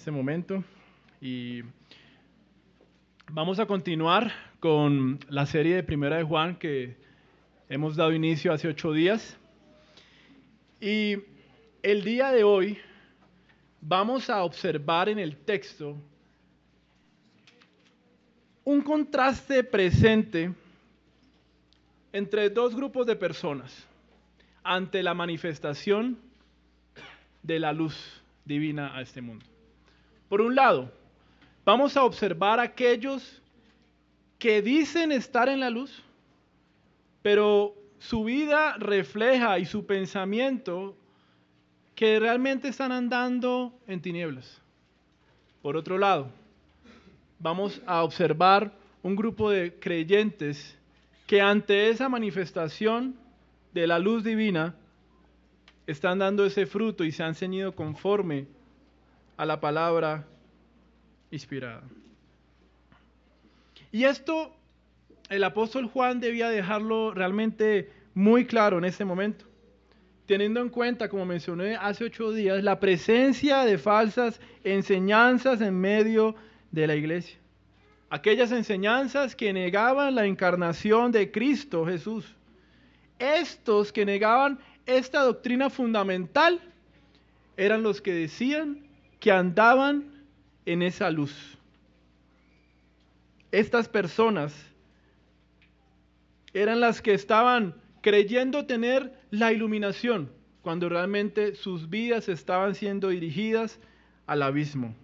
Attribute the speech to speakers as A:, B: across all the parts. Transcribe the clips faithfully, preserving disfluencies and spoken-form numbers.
A: este momento y vamos a continuar con la serie de Primera de Juan que hemos dado inicio hace ocho días. Y el día de hoy vamos a observar en el texto un contraste presente entre dos grupos de personas ante la manifestación de la luz divina a este mundo. Por un lado, vamos a observar a aquellos que dicen estar en la luz, pero su vida refleja y su pensamiento que realmente están andando en tinieblas. Por otro lado, vamos a observar un grupo de creyentes que ante esa manifestación de la luz divina están dando ese fruto y se han ceñido conforme a la palabra inspirada. Y esto el apóstol Juan debía dejarlo realmente muy claro en este momento, teniendo en cuenta, como mencioné hace ocho días, la presencia de falsas enseñanzas en medio de la iglesia. Aquellas enseñanzas que negaban la encarnación de Cristo Jesús. Estos que negaban esta doctrina fundamental eran los que decían que andaban en esa luz. Estas personas eran las que estaban creyendo tener la iluminación, cuando realmente sus vidas estaban siendo dirigidas al abismo.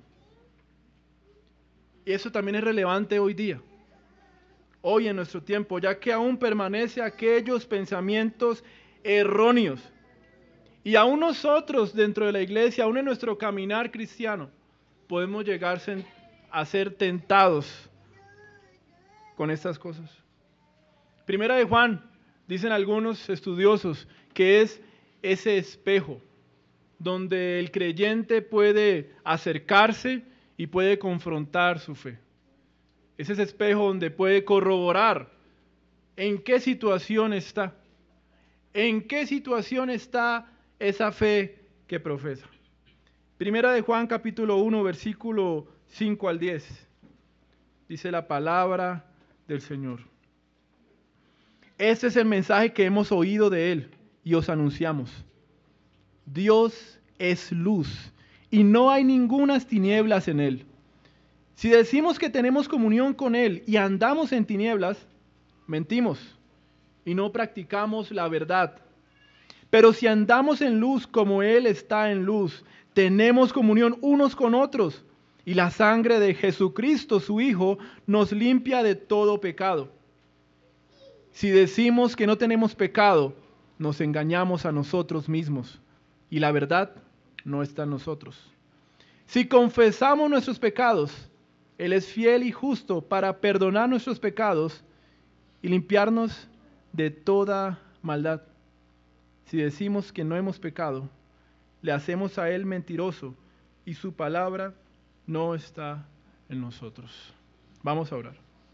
A: Y eso también es relevante hoy día, hoy en nuestro tiempo, ya que aún permanece aquellos pensamientos erróneos. Y aún nosotros dentro de la iglesia, aún en nuestro caminar cristiano, podemos llegar a ser tentados con estas cosas. Primera de Juan, dicen algunos estudiosos, que es ese espejo donde el creyente puede acercarse y puede confrontar su fe. Es ese espejo donde puede corroborar en qué situación está, en qué situación está esa fe que profesa. Primera de Juan capítulo uno, versículo cinco al diez, dice la palabra del Señor. Este es el mensaje que hemos oído de Él y os anunciamos. Dios es luz y no hay ningunas tinieblas en Él. Si decimos que tenemos comunión con Él y andamos en tinieblas, mentimos y no practicamos la verdad. Pero si andamos en luz como Él está en luz, tenemos comunión unos con otros y la sangre de Jesucristo, su Hijo, nos limpia de todo pecado. Si decimos que no tenemos pecado, nos engañamos a nosotros mismos y la verdad no está en nosotros. Si confesamos nuestros pecados, Él es fiel y justo para perdonar nuestros pecados y limpiarnos de toda maldad. Si decimos que no hemos pecado, le hacemos a Él mentiroso y su palabra no está en nosotros. Vamos a orar.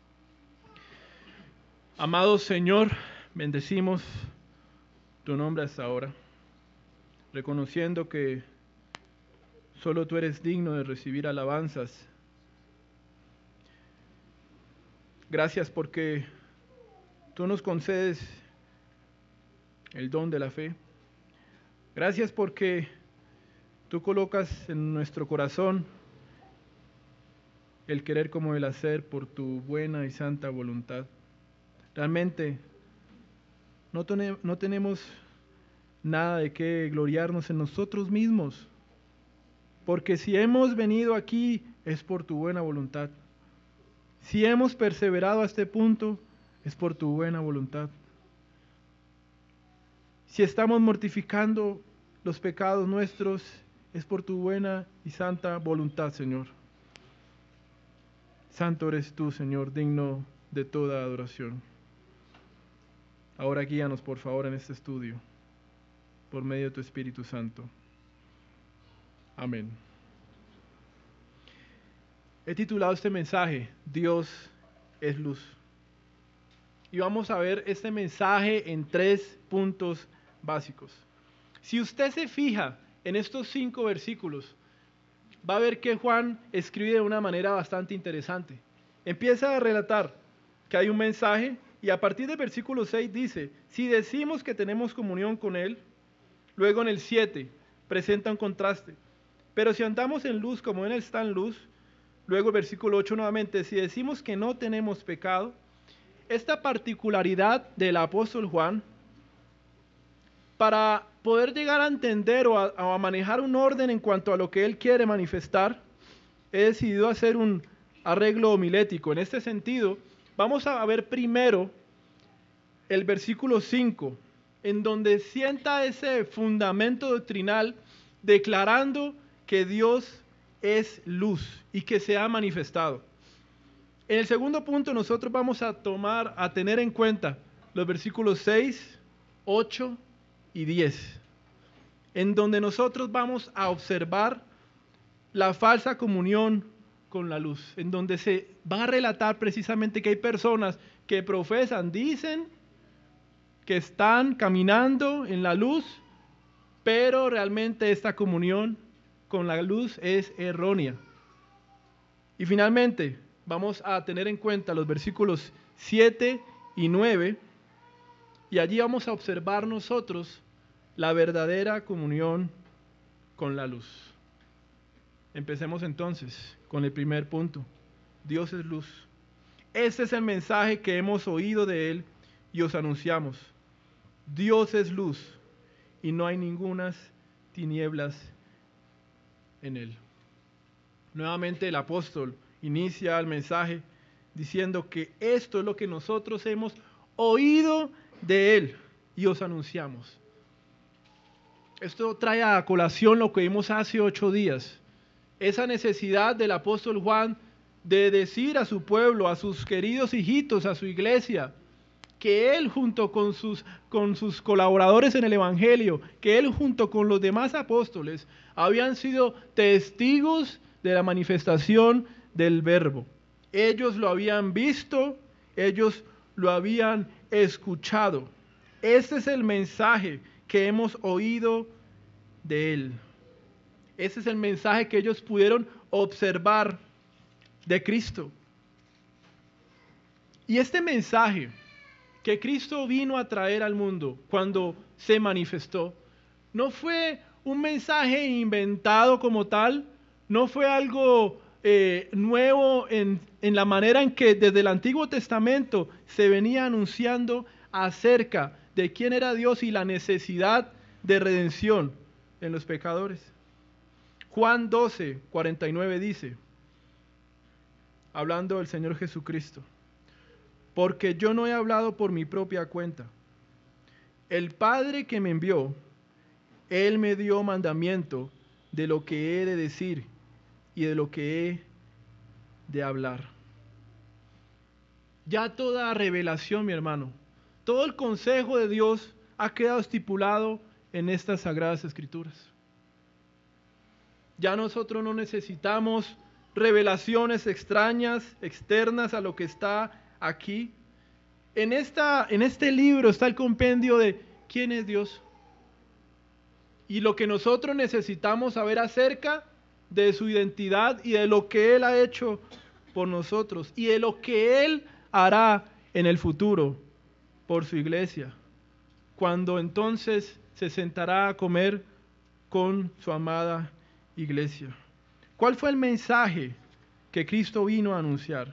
A: Amado Señor, bendecimos tu nombre hasta ahora, reconociendo que solo tú eres digno de recibir alabanzas. Gracias porque tú nos concedes el don de la fe. Gracias porque tú colocas en nuestro corazón el querer como el hacer por tu buena y santa voluntad. Realmente no, ten- no tenemos nada de qué gloriarnos en nosotros mismos, porque si hemos venido aquí es por tu buena voluntad. Si hemos perseverado a este punto es por tu buena voluntad. Si estamos mortificando los pecados nuestros es por tu buena y santa voluntad, Señor. Santo eres tú, Señor, digno de toda adoración. Ahora guíanos, por favor, en este estudio, por medio de tu Espíritu Santo. Amén. He titulado este mensaje, Dios es luz. Y vamos a ver este mensaje en tres puntos básicos. Si usted se fija en estos cinco versículos, va a ver que Juan escribe de una manera bastante interesante. Empieza a relatar que hay un mensaje y a partir del versículo seis dice, si decimos que tenemos comunión con Él, luego en el siete presenta un contraste, pero si andamos en luz como Él está en luz, luego el versículo ocho nuevamente, si decimos que no tenemos pecado, esta particularidad del apóstol Juan, para poder llegar a entender o a, a manejar un orden en cuanto a lo que él quiere manifestar, he decidido hacer un arreglo homilético. En este sentido, vamos a ver primero el versículo cinco, en donde sienta ese fundamento doctrinal declarando que Dios es luz y que se ha manifestado. En el segundo punto nosotros vamos a tomar, a tener en cuenta los versículos seis, ocho y diez, en donde nosotros vamos a observar la falsa comunión con la luz, en donde se va a relatar precisamente que hay personas que profesan, dicen que están caminando en la luz, pero realmente esta comunión con la luz es errónea. Y finalmente, vamos a tener en cuenta los versículos siete y nueve, y allí vamos a observar nosotros la verdadera comunión con la luz. Empecemos entonces con el primer punto. Dios es luz. Este es el mensaje que hemos oído de Él y os anunciamos. Dios es luz y no hay ningunas tinieblas en Él. Nuevamente el apóstol inicia el mensaje diciendo que esto es lo que nosotros hemos oído de Él y os anunciamos. Esto trae a colación lo que vimos hace ocho días. Esa necesidad del apóstol Juan de decir a su pueblo, a sus queridos hijitos, a su iglesia, que él junto con sus, con sus colaboradores en el Evangelio, que él junto con los demás apóstoles habían sido testigos de la manifestación del Verbo. Ellos lo habían visto, ellos lo habían escuchado. Este es el mensaje que hemos oído de Él. Ese es el mensaje que ellos pudieron observar de Cristo. Y este mensaje que Cristo vino a traer al mundo cuando se manifestó, no fue un mensaje inventado como tal, no fue algo eh, nuevo en, en la manera en que desde el Antiguo Testamento se venía anunciando acerca de quién era Dios y la necesidad de redención en los pecadores. Juan doce, cuarenta y nueve dice, hablando del Señor Jesucristo, porque yo no he hablado por mi propia cuenta. El Padre que me envió, Él me dio mandamiento de lo que he de decir y de lo que he de hablar. Ya toda revelación, mi hermano, todo el consejo de Dios ha quedado estipulado en estas Sagradas Escrituras. Ya nosotros no necesitamos revelaciones extrañas, externas a lo que está aquí. En, esta, en este libro está el compendio de quién es Dios. Y lo que nosotros necesitamos saber acerca de su identidad y de lo que Él ha hecho por nosotros y de lo que Él hará en el futuro por su iglesia, cuando entonces se sentará a comer con su amada iglesia. ¿Cuál fue el mensaje que Cristo vino a anunciar?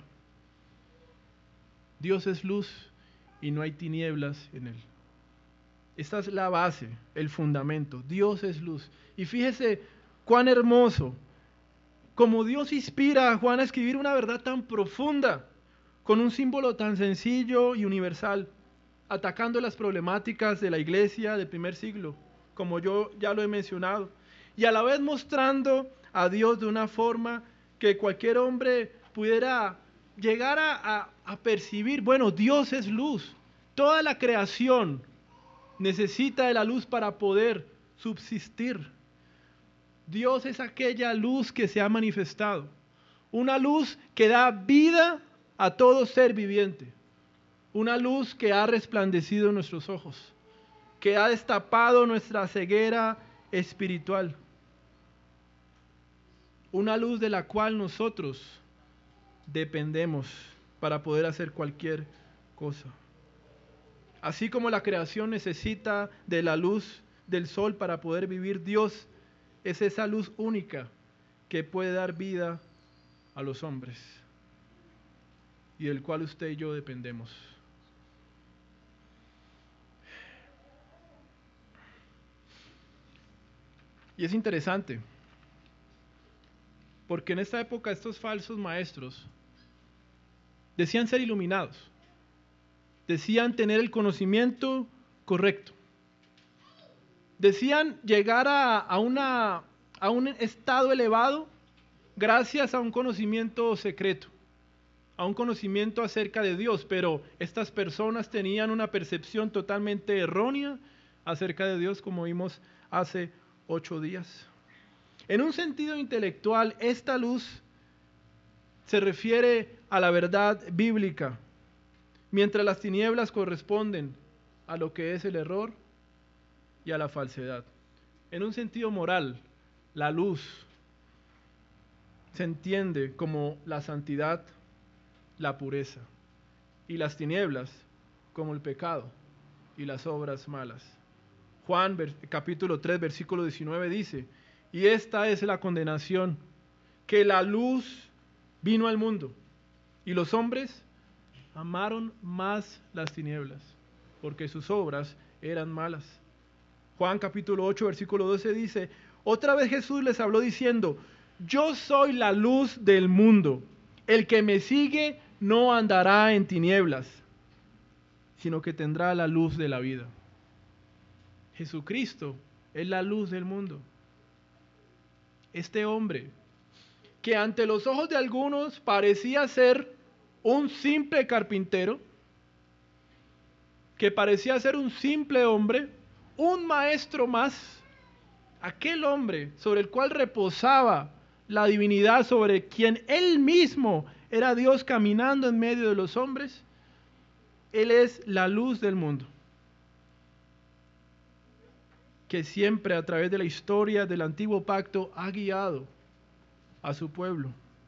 A: Dios es luz y no hay tinieblas en Él. Esta es la base, el fundamento. Dios es luz. Y fíjese cuán hermoso, como Dios inspira a Juan a escribir una verdad tan profunda, con un símbolo tan sencillo y universal, atacando las problemáticas de la iglesia del primer siglo, como yo ya lo he mencionado, y a la vez mostrando a Dios de una forma que cualquier hombre pudiera llegar a, a, a percibir. Bueno, Dios es luz. Toda la creación necesita de la luz para poder subsistir. Dios es aquella luz que se ha manifestado, una luz que da vida a todo ser viviente, una luz que ha resplandecido en nuestros ojos, que ha destapado nuestra ceguera espiritual. una luz de la cual nosotros dependemos para poder hacer cualquier cosa. Así como la creación necesita de la luz del sol para poder vivir, Dios es esa luz única que puede dar vida a los hombres y del cual usted y yo dependemos. Y es interesante, porque en esta época estos falsos maestros decían ser iluminados, decían tener el conocimiento correcto, decían llegar a, a, una, a un estado elevado gracias a un conocimiento secreto, a un conocimiento acerca de Dios, pero estas personas tenían una percepción totalmente errónea acerca de Dios, como vimos hace ocho días. En un sentido intelectual, esta luz se refiere a la verdad bíblica, mientras las tinieblas corresponden a lo que es el error y a la falsedad. En un sentido moral, la luz se entiende como la santidad, la pureza, y las tinieblas como el pecado y las obras malas. Juan capítulo tres versículo diecinueve dice: y esta es la condenación, que la luz vino al mundo, y los hombres amaron más las tinieblas, porque sus obras eran malas. Juan capítulo ocho versículo doce dice: otra vez Jesús les habló diciendo: yo soy la luz del mundo, el que me sigue no andará en tinieblas, sino que tendrá la luz de la vida. Jesucristo es la luz del mundo. Este hombre, que ante los ojos de algunos parecía ser un simple carpintero, que parecía ser un simple hombre, un maestro más, aquel hombre sobre el cual reposaba la divinidad, sobre quien él mismo era Dios caminando en medio de los hombres, él es la luz del mundo, que siempre a través de la historia del antiguo pacto ha guiado a su pueblo.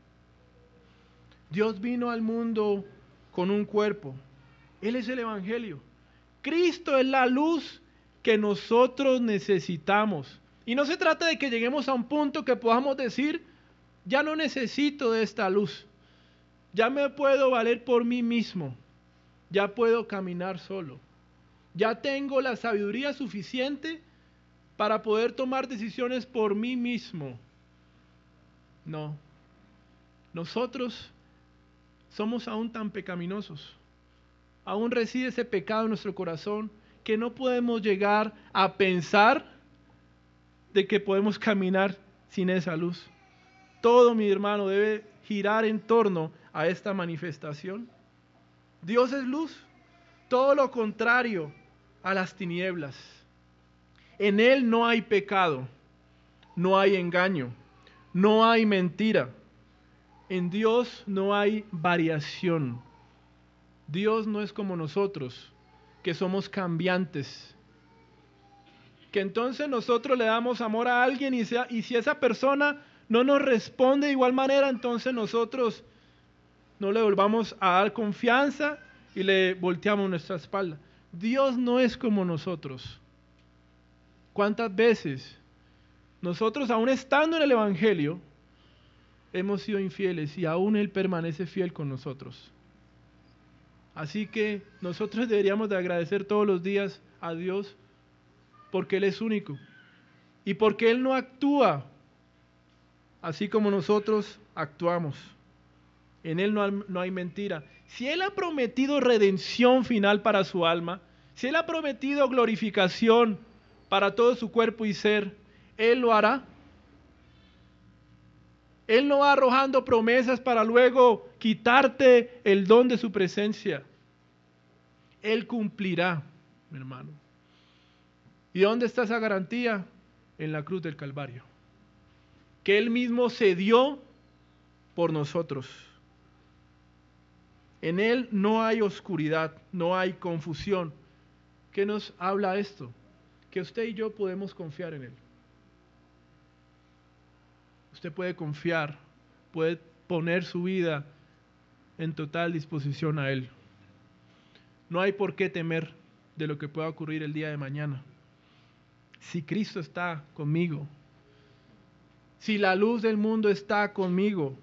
A: Dios vino al mundo con un cuerpo. Él es el Evangelio. Cristo es la luz que nosotros necesitamos. Y no se trata de que lleguemos a un punto que podamos decir: ya no necesito de esta luz. Ya me puedo valer por mí mismo. Ya puedo caminar solo. Ya tengo la sabiduría suficiente para poder tomar decisiones por mí mismo. No. Nosotros somos aún tan pecaminosos. Aún reside ese pecado en nuestro corazón que no podemos llegar a pensar de que podemos caminar sin esa luz. Todo, mi hermano, debe girar en torno a esta manifestación. Dios es luz, todo lo contrario a las tinieblas. En Él no hay pecado, no hay engaño, no hay mentira. En Dios no hay variación. Dios no es como nosotros, que somos cambiantes. Que entonces nosotros le damos amor a alguien y, sea, y si esa persona no nos responde de igual manera, entonces nosotros no le volvamos a dar confianza y le volteamos nuestra espalda. Dios no es como nosotros. ¿Cuántas veces nosotros, aún estando en el Evangelio, hemos sido infieles y aún Él permanece fiel con nosotros? Así que nosotros deberíamos de agradecer todos los días a Dios porque Él es único y porque Él no actúa así como nosotros actuamos. En Él no hay, no hay mentira. Si Él ha prometido redención final para su alma, si Él ha prometido glorificación para todo su cuerpo y ser, Él lo hará. Él no va arrojando promesas para luego quitarte el don de su presencia. Él cumplirá, mi hermano. ¿Y dónde está esa garantía? En la cruz del Calvario. Que Él mismo se dio por nosotros. En Él no hay oscuridad, no hay confusión. ¿Qué nos habla esto? Que usted y yo podemos confiar en Él. usted puede confiar, puede poner su vida en total disposición a Él. No hay por qué temer de lo que pueda ocurrir el día de mañana. Si Cristo está conmigo, si la luz del mundo está conmigo,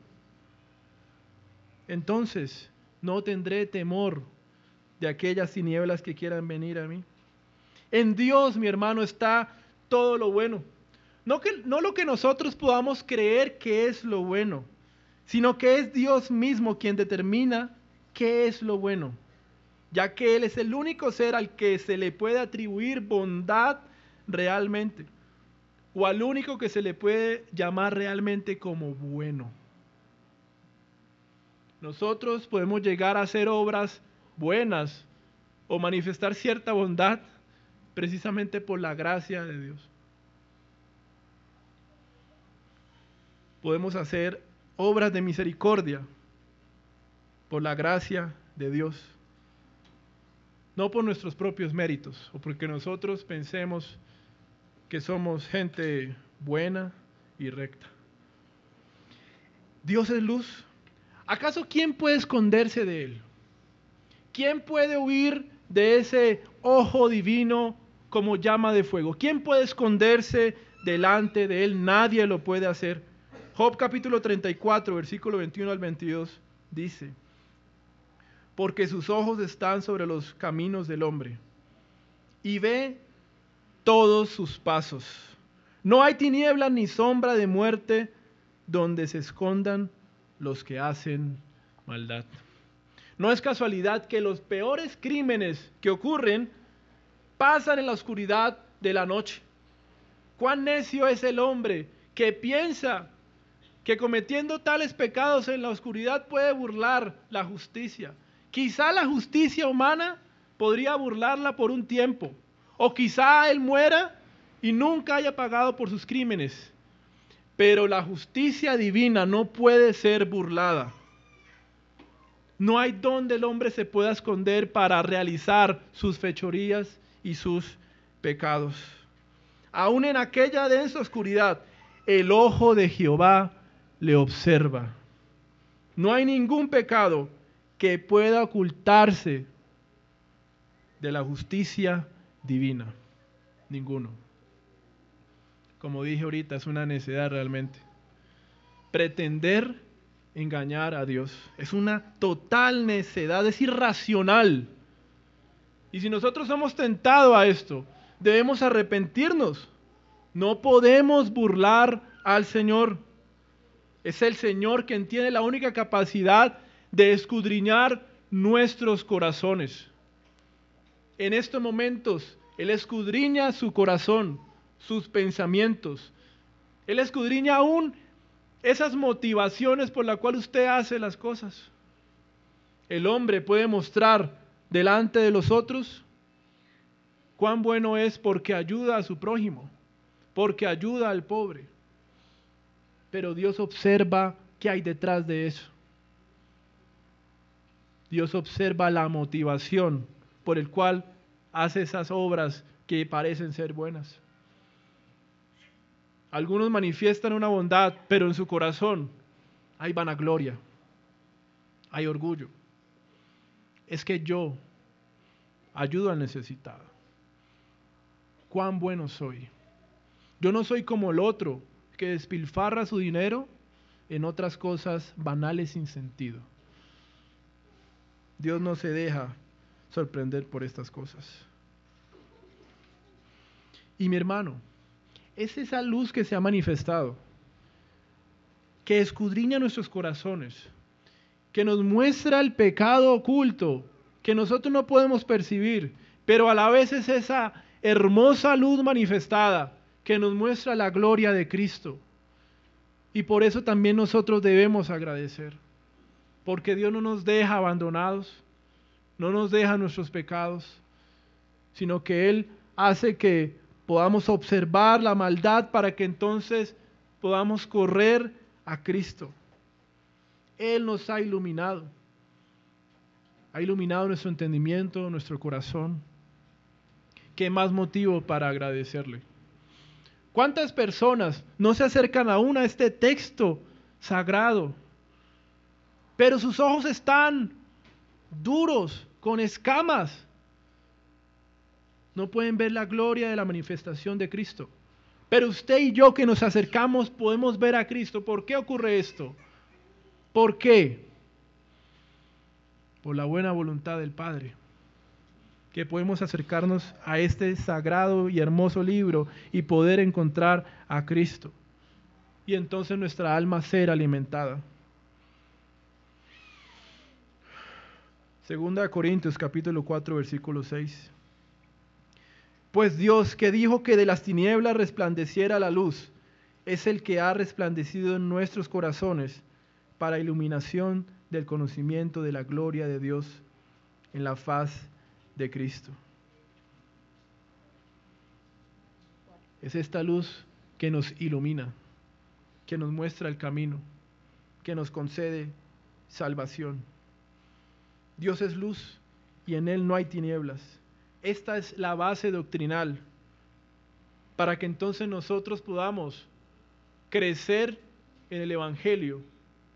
A: entonces no tendré temor de aquellas tinieblas que quieran venir a mí. En Dios, mi hermano, está todo lo bueno. No, que, no lo que nosotros podamos creer que es lo bueno, sino que es Dios mismo quien determina qué es lo bueno, ya que Él es el único ser al que se le puede atribuir bondad realmente, o al único que se le puede llamar realmente como bueno. Nosotros podemos llegar a hacer obras buenas o manifestar cierta bondad precisamente por la gracia de Dios. Podemos hacer obras de misericordia por la gracia de Dios, no por nuestros propios méritos o porque nosotros pensemos que somos gente buena y recta. Dios es luz. ¿Acaso quién puede esconderse de Él? ¿Quién puede huir de ese ojo divino como llama de fuego? ¿Quién puede esconderse delante de Él? Nadie lo puede hacer. Job capítulo treinta y cuatro, versículo veintiuno al veintidós dice: porque sus ojos están sobre los caminos del hombre y ve todos sus pasos. No hay tiniebla ni sombra de muerte donde se escondan los que hacen maldad. No es casualidad que los peores crímenes que ocurren pasan en la oscuridad de la noche. Cuán necio es el hombre que piensa que cometiendo tales pecados en la oscuridad puede burlar la justicia. Quizá la justicia humana podría burlarla por un tiempo, o quizá él muera y nunca haya pagado por sus crímenes, pero la justicia divina no puede ser burlada. No hay donde el hombre se pueda esconder para realizar sus fechorías y sus pecados. Aún en aquella densa oscuridad, el ojo de Jehová le observa. No hay ningún pecado que pueda ocultarse de la justicia divina. Ninguno. Como dije ahorita, es una necedad realmente. Pretender engañar a Dios es una total necedad, es irracional. Y si nosotros somos tentados a esto, debemos arrepentirnos. No podemos burlar al Señor. Es el Señor quien tiene la única capacidad de escudriñar nuestros corazones. En estos momentos, Él escudriña su corazón, sus pensamientos. Él escudriña aún esas motivaciones por las cuales usted hace las cosas. El hombre puede mostrar delante de los otros cuán bueno es porque ayuda a su prójimo, porque ayuda al pobre. Pero Dios observa qué hay detrás de eso. Dios observa la motivación por el cual hace esas obras que parecen ser buenas. Algunos manifiestan una bondad, pero en su corazón hay vanagloria, hay orgullo. Es que yo ayudo al necesitado. Cuán bueno soy. Yo no soy como el otro que despilfarra su dinero en otras cosas banales sin sentido. Dios no se deja sorprender por estas cosas. Y mi hermano, es esa luz que se ha manifestado, que escudriña nuestros corazones, que nos muestra el pecado oculto, que nosotros no podemos percibir, pero a la vez es esa hermosa luz manifestada, que nos muestra la gloria de Cristo. Y por eso también nosotros debemos agradecer, porque Dios no nos deja abandonados, no nos deja nuestros pecados, sino que Él hace que podamos observar la maldad para que entonces podamos correr a Cristo. Él nos ha iluminado, ha iluminado nuestro entendimiento, nuestro corazón. ¿Qué más motivo para agradecerle? ¿Cuántas personas no se acercan aún a este texto sagrado? Pero sus ojos están duros, con escamas. No pueden ver la gloria de la manifestación de Cristo. Pero usted y yo que nos acercamos podemos ver a Cristo. ¿Por qué ocurre esto? ¿Por qué? Por la buena voluntad del Padre. Que podemos acercarnos a este sagrado y hermoso libro y poder encontrar a Cristo. Y entonces nuestra alma ser alimentada. Segunda de Corintios capítulo cuatro versículo seis. Pues Dios, que dijo que de las tinieblas resplandeciera la luz, es el que ha resplandecido en nuestros corazones para iluminación del conocimiento de la gloria de Dios en la faz de Cristo. Es esta luz que nos ilumina, que nos muestra el camino, que nos concede salvación. Dios es luz y en Él no hay tinieblas. Esta es la base doctrinal para que entonces nosotros podamos crecer en el Evangelio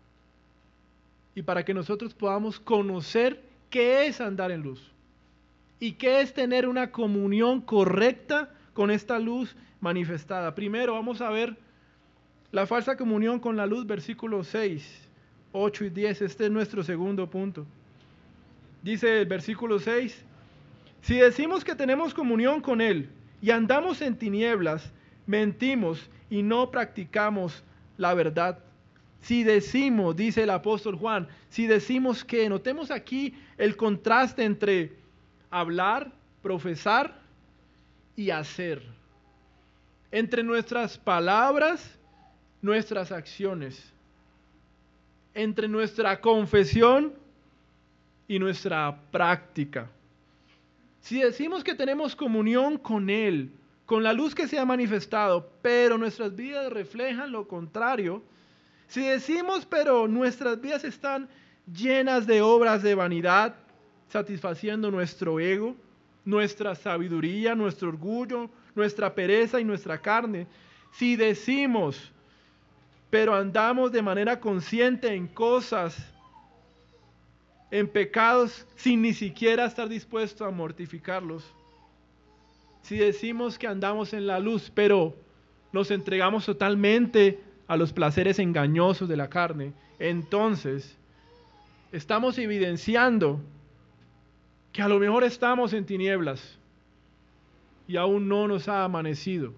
A: y para que nosotros podamos conocer qué es andar en luz y qué es tener una comunión correcta con esta luz manifestada. Primero vamos a ver la falsa comunión con la luz, versículos seis, ocho y diez. Este es nuestro segundo punto. Dice el versículo seis: si decimos que tenemos comunión con Él y andamos en tinieblas, mentimos y no practicamos la verdad. Si decimos, dice el apóstol Juan, si decimos que, notemos aquí el contraste entre hablar, profesar y hacer. Entre nuestras palabras, nuestras acciones. Entre nuestra confesión y nuestra práctica. Si decimos que tenemos comunión con Él, con la luz que se ha manifestado, pero nuestras vidas reflejan lo contrario, si decimos pero nuestras vidas están llenas de obras de vanidad, satisfaciendo nuestro ego, nuestra sabiduría, nuestro orgullo, nuestra pereza y nuestra carne, si decimos pero andamos de manera consciente en cosas, en pecados, sin ni siquiera estar dispuesto a mortificarlos. Si decimos que andamos en la luz, pero nos entregamos totalmente a los placeres engañosos de la carne, entonces estamos evidenciando que a lo mejor estamos en tinieblas y aún no nos ha amanecido.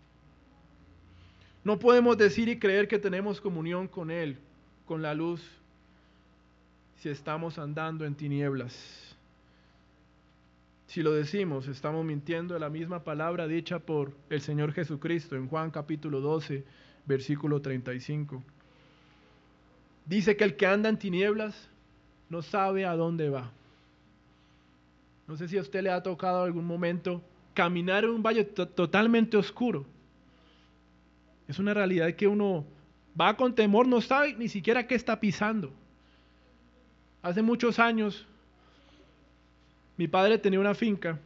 A: No podemos decir y creer que tenemos comunión con Él, con la luz, si estamos andando en tinieblas. Si lo decimos, estamos mintiendo de la misma palabra dicha por el Señor Jesucristo en Juan capítulo doce, versículo treinta y cinco. Dice que el que anda en tinieblas no sabe a dónde va. No sé si a usted le ha tocado algún momento caminar en un valle to- totalmente oscuro. Es una realidad que uno va con temor, no sabe ni siquiera qué está pisando. Hace muchos años, mi padre tenía una finca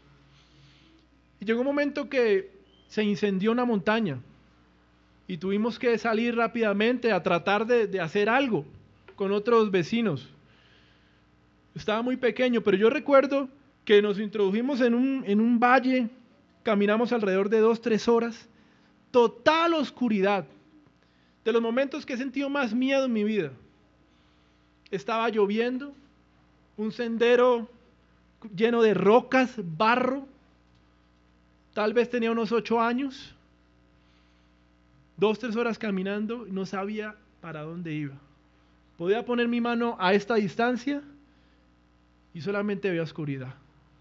A: y llegó un momento que se incendió una montaña y tuvimos que salir rápidamente a tratar de, de hacer algo con otros vecinos. Estaba muy pequeño, pero yo recuerdo que nos introdujimos en un, en un valle, caminamos alrededor de dos, tres horas, total oscuridad, de los momentos que he sentido más miedo en mi vida. Estaba lloviendo, un sendero lleno de rocas, barro, tal vez tenía unos ocho años, dos, tres horas caminando y no sabía para dónde iba. Podía poner mi mano a esta distancia y solamente veía oscuridad.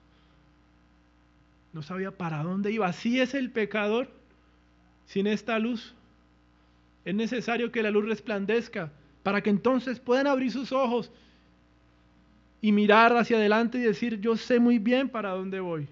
A: No sabía para dónde iba. Así es el pecador sin esta luz. Es necesario que la luz resplandezca para que entonces puedan abrir sus ojos y mirar hacia adelante y decir, yo sé muy bien para dónde voy.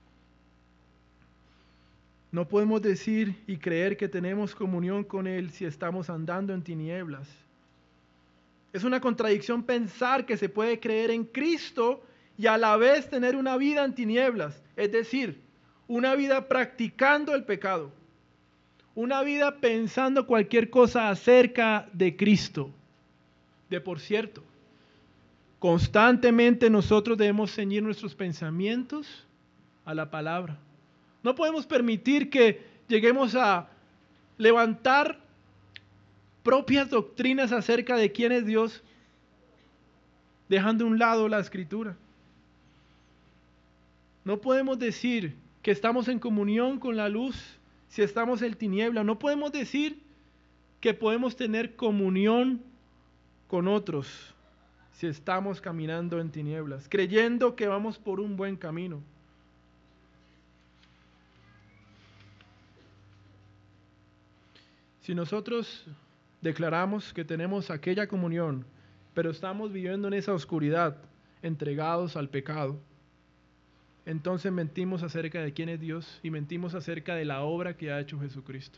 A: No podemos decir y creer que tenemos comunión con Él si estamos andando en tinieblas. Es una contradicción pensar que se puede creer en Cristo y a la vez tener una vida en tinieblas, es decir, una vida practicando el pecado. una vida pensando cualquier cosa acerca de Cristo. De por cierto, constantemente nosotros debemos ceñir nuestros pensamientos a la palabra. No podemos permitir que lleguemos a levantar propias doctrinas acerca de quién es Dios, dejando a un lado la Escritura. No podemos decir que estamos en comunión con la luz si estamos en tiniebla. No podemos decir que podemos tener comunión con otros si estamos caminando en tinieblas, creyendo que vamos por un buen camino. Si nosotros declaramos que tenemos aquella comunión, pero estamos viviendo en esa oscuridad, entregados al pecado, entonces mentimos acerca de quién es Dios y mentimos acerca de la obra que ha hecho Jesucristo.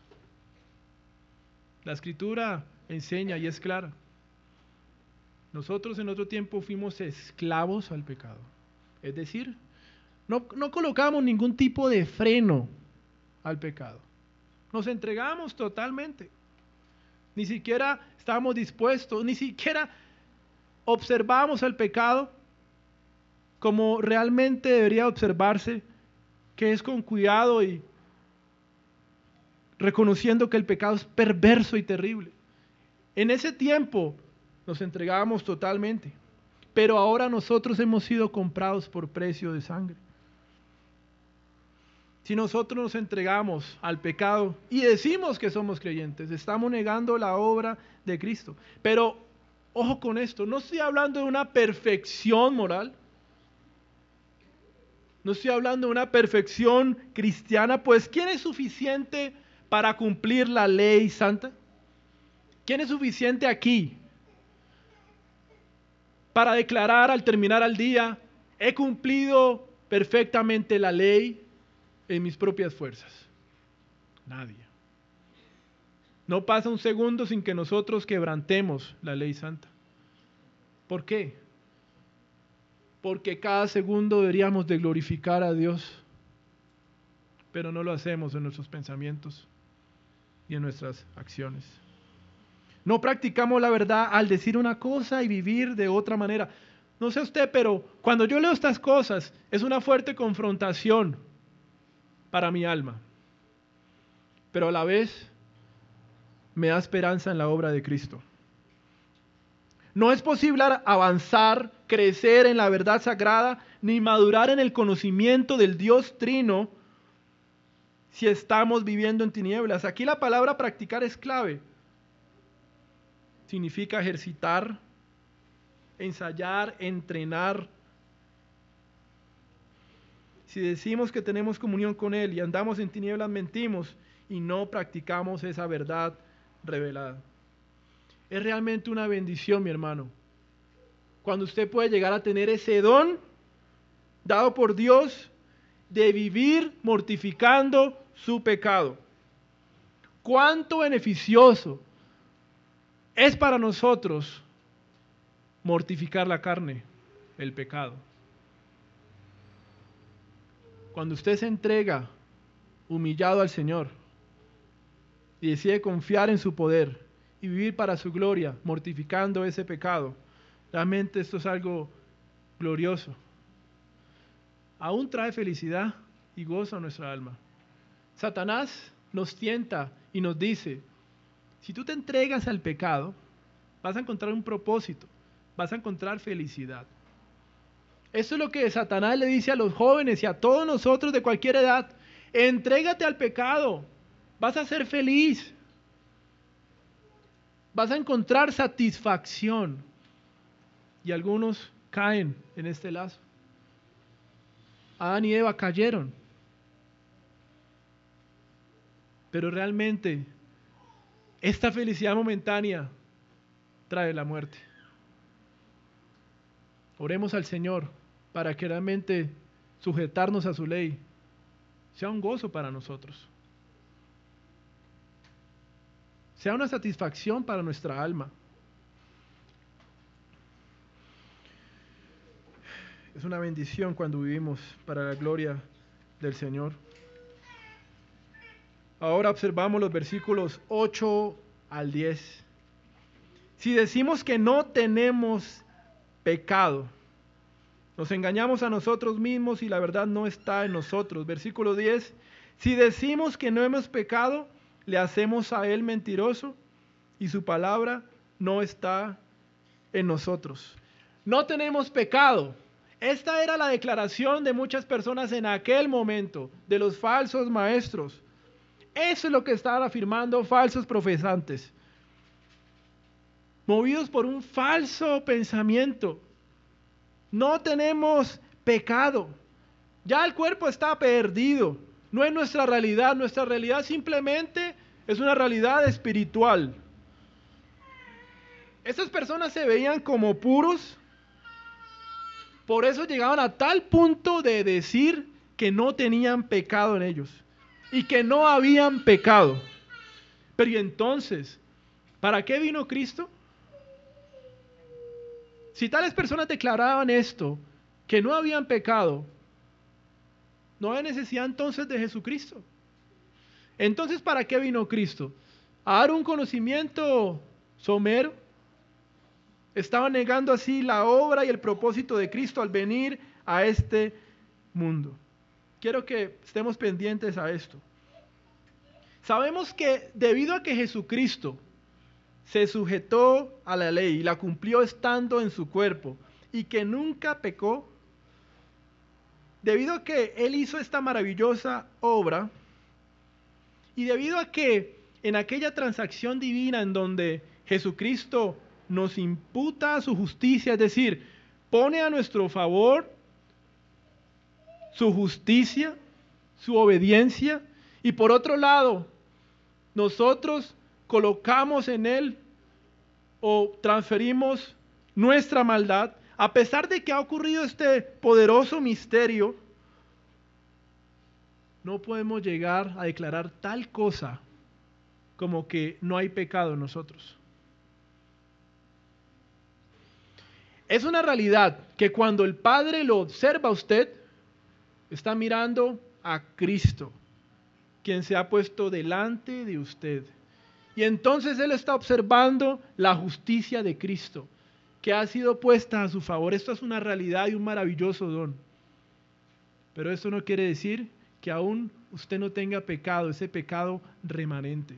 A: La Escritura enseña y es clara. Nosotros en otro tiempo fuimos esclavos al pecado. Es decir, no, no colocamos ningún tipo de freno al pecado. Nos entregamos totalmente. Ni siquiera estábamos dispuestos, ni siquiera observamos el pecado como realmente debería observarse, que es con cuidado y reconociendo que el pecado es perverso y terrible. En ese tiempo nos entregábamos totalmente, pero ahora nosotros hemos sido comprados por precio de sangre. Si nosotros nos entregamos al pecado y decimos que somos creyentes, estamos negando la obra de Cristo. Pero ojo con esto, no estoy hablando de una perfección moral. No estoy hablando de una perfección cristiana, pues ¿quién es suficiente para cumplir la ley santa? ¿Quién es suficiente aquí para declarar al terminar el día, he cumplido perfectamente la ley en mis propias fuerzas? Nadie. No pasa un segundo sin que nosotros quebrantemos la ley santa. ¿Por qué? Porque cada segundo deberíamos de glorificar a Dios, pero no lo hacemos en nuestros pensamientos y en nuestras acciones. No practicamos la verdad al decir una cosa y vivir de otra manera. No sé usted, pero cuando yo leo estas cosas es una fuerte confrontación para mi alma, pero a la vez me da esperanza en la obra de Cristo. No es posible avanzar, crecer en la verdad sagrada, ni madurar en el conocimiento del Dios Trino si estamos viviendo en tinieblas. Aquí la palabra practicar es clave. Significa ejercitar, ensayar, entrenar. Si decimos que tenemos comunión con Él y andamos en tinieblas, mentimos y no practicamos esa verdad revelada. Es realmente una bendición, mi hermano, cuando usted puede llegar a tener ese don dado por Dios de vivir mortificando su pecado. Cuánto beneficioso es para nosotros mortificar la carne, el pecado. Cuando usted se entrega humillado al Señor y decide confiar en su poder y vivir para su gloria, mortificando ese pecado, realmente esto es algo glorioso. Aún trae felicidad y gozo a nuestra alma. Satanás nos tienta y nos dice, si tú te entregas al pecado, vas a encontrar un propósito, vas a encontrar felicidad. Eso es lo que Satanás le dice a los jóvenes y a todos nosotros de cualquier edad. Entrégate al pecado, vas a ser feliz. Vas a encontrar satisfacción. Y algunos caen en este lazo. Adán y Eva cayeron. Pero realmente, esta felicidad momentánea trae la muerte. Oremos al Señor para que realmente sujetarnos a su ley sea un gozo para nosotros. Sea una satisfacción para nuestra alma. Es una bendición cuando vivimos para la gloria del Señor. Ahora observamos los versículos ocho al diez. Si decimos que no tenemos pecado, nos engañamos a nosotros mismos y la verdad no está en nosotros. Versículo diez. Si decimos que no hemos pecado, le hacemos a él mentiroso y su palabra no está en nosotros. No tenemos pecado. Esta era la declaración de muchas personas en aquel momento, de los falsos maestros. Eso es lo que estaban afirmando falsos profesantes, movidos por un falso pensamiento. No tenemos pecado. Ya el cuerpo está perdido. No es nuestra realidad. Nuestra realidad simplemente es una realidad espiritual. Estas personas se veían como puros. Por eso llegaban a tal punto de decir que no tenían pecado en ellos y que no habían pecado. Pero ¿y entonces, para qué vino Cristo? Si tales personas declaraban esto, que no habían pecado, no hay necesidad entonces de Jesucristo. Entonces, ¿para qué vino Cristo? ¿A dar un conocimiento somero? Estaban negando así la obra y el propósito de Cristo al venir a este mundo. Quiero que estemos pendientes a esto. Sabemos que debido a que Jesucristo se sujetó a la ley y la cumplió estando en su cuerpo y que nunca pecó, debido a que Él hizo esta maravillosa obra y debido a que en aquella transacción divina en donde Jesucristo nos imputa su justicia, es decir, pone a nuestro favor su justicia, su obediencia, y por otro lado, nosotros colocamos en Él o transferimos nuestra maldad. A pesar de que ha ocurrido este poderoso misterio, no podemos llegar a declarar tal cosa como que no hay pecado en nosotros. Es una realidad que cuando el Padre lo observa a usted, está mirando a Cristo, quien se ha puesto delante de usted. Y entonces Él está observando la justicia de Cristo, que ha sido puesta a su favor. Esto es una realidad y un maravilloso don. Pero esto no quiere decir que aún usted no tenga pecado, ese pecado remanente,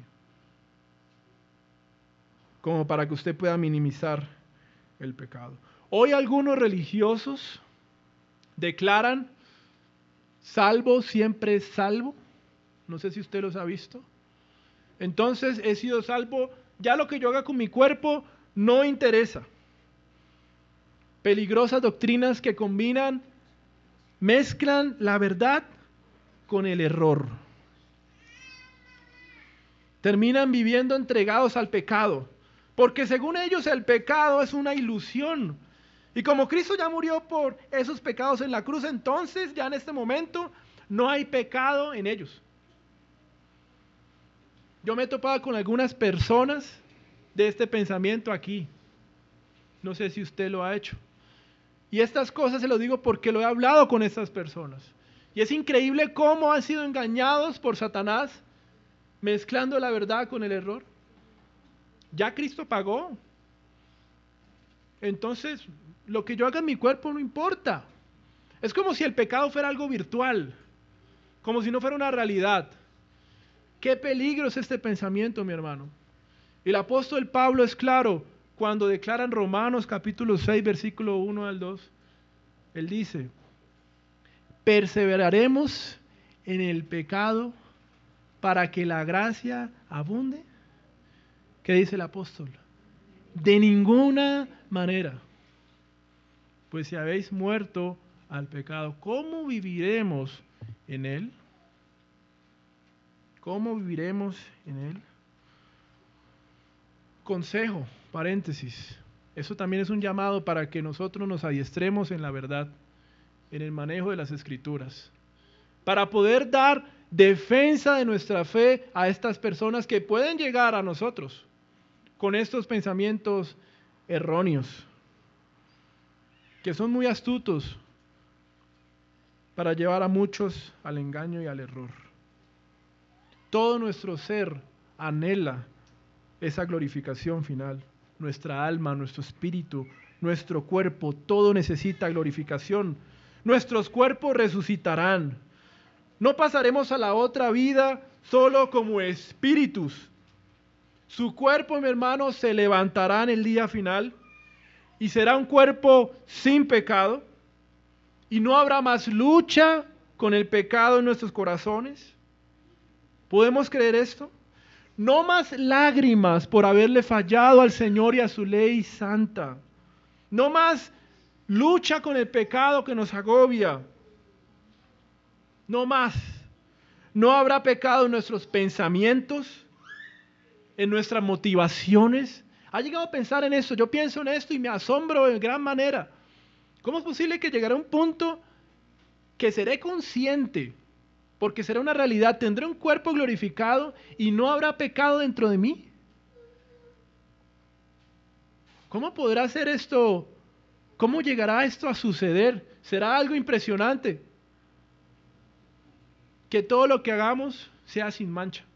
A: como para que usted pueda minimizar el pecado. Hoy algunos religiosos declaran salvo siempre es salvo. No sé si usted los ha visto. Entonces he sido salvo, ya lo que yo haga con mi cuerpo no interesa. Peligrosas doctrinas que combinan, mezclan la verdad con el error. Terminan viviendo entregados al pecado, porque según ellos el pecado es una ilusión. Y como Cristo ya murió por esos pecados en la cruz, entonces ya en este momento no hay pecado en ellos. Yo me he topado con algunas personas de este pensamiento aquí. No sé si usted lo ha hecho. Y estas cosas se lo digo porque lo he hablado con estas personas. Y es increíble cómo han sido engañados por Satanás, mezclando la verdad con el error. Ya Cristo pagó. Entonces, lo que yo haga en mi cuerpo no importa. Es como si el pecado fuera algo virtual, como si no fuera una realidad. Qué peligro es este pensamiento, mi hermano. El apóstol Pablo es claro cuando declara en Romanos capítulo seis, versículo uno al dos. Él dice, perseveraremos en el pecado para que la gracia abunde. ¿Qué dice el apóstol? De ninguna manera. Pues si habéis muerto al pecado, ¿cómo viviremos en él? ¿Cómo viviremos en él? Consejo, paréntesis. Eso también es un llamado para que nosotros nos adiestremos en la verdad, en el manejo de las Escrituras, para poder dar defensa de nuestra fe a estas personas que pueden llegar a nosotros con estos pensamientos erróneos, que son muy astutos para llevar a muchos al engaño y al error. todo nuestro ser anhela esa glorificación final. Nuestra alma, nuestro espíritu, nuestro cuerpo, todo necesita glorificación. Nuestros cuerpos resucitarán. No pasaremos a la otra vida solo como espíritus. Su cuerpo, mi hermano, se levantará en el día final y será un cuerpo sin pecado. Y no habrá más lucha con el pecado en nuestros corazones. ¿Podemos creer esto? No más lágrimas por haberle fallado al Señor y a su ley santa. No más lucha con el pecado que nos agobia. No más. No habrá pecado en nuestros pensamientos, en nuestras motivaciones. ¿Ha llegado a pensar en eso? Yo pienso en esto y me asombro en gran manera. ¿Cómo es posible que llegará a un punto que seré consciente? Porque será una realidad, tendré un cuerpo glorificado y no habrá pecado dentro de mí. ¿Cómo podrá ser esto? ¿Cómo llegará esto a suceder? Será algo impresionante. Que todo lo que hagamos sea sin mancha.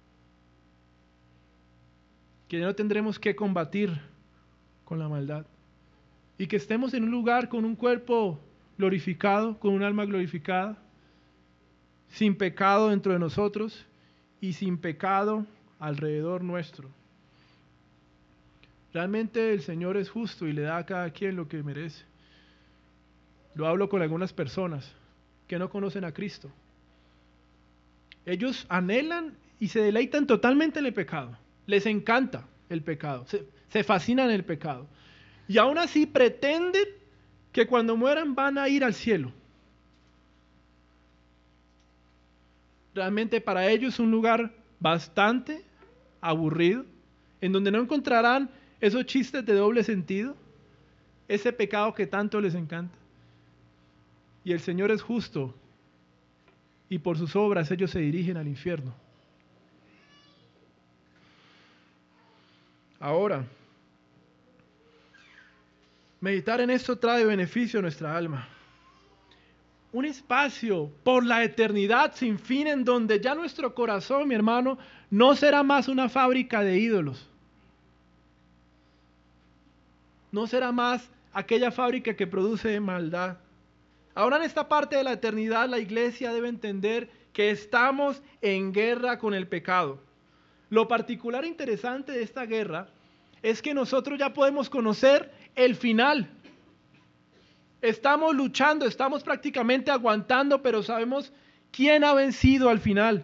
A: Que no tendremos que combatir con la maldad. Y que estemos en un lugar con un cuerpo glorificado, con un alma glorificada, sin pecado dentro de nosotros y sin pecado alrededor nuestro. Realmente el Señor es justo y le da a cada quien lo que merece. Lo hablo con algunas personas que no conocen a Cristo. Ellos anhelan y se deleitan totalmente en el pecado. Les encanta el pecado, se, se fascinan en el pecado. Y aún así pretenden que cuando mueran van a ir al cielo. Realmente para ellos es un lugar bastante aburrido, en donde no encontrarán esos chistes de doble sentido, ese pecado que tanto les encanta. Y el Señor es justo, y por sus obras ellos se dirigen al infierno. Ahora, meditar en esto trae beneficio a nuestra alma. Un espacio por la eternidad sin fin en donde ya nuestro corazón, mi hermano, no será más una fábrica de ídolos. No será más aquella fábrica que produce maldad. Ahora en esta parte de la eternidad la iglesia debe entender que estamos en guerra con el pecado. Lo particular e interesante de esta guerra es que nosotros ya podemos conocer el final. Estamos luchando, estamos prácticamente aguantando, pero sabemos quién ha vencido al final.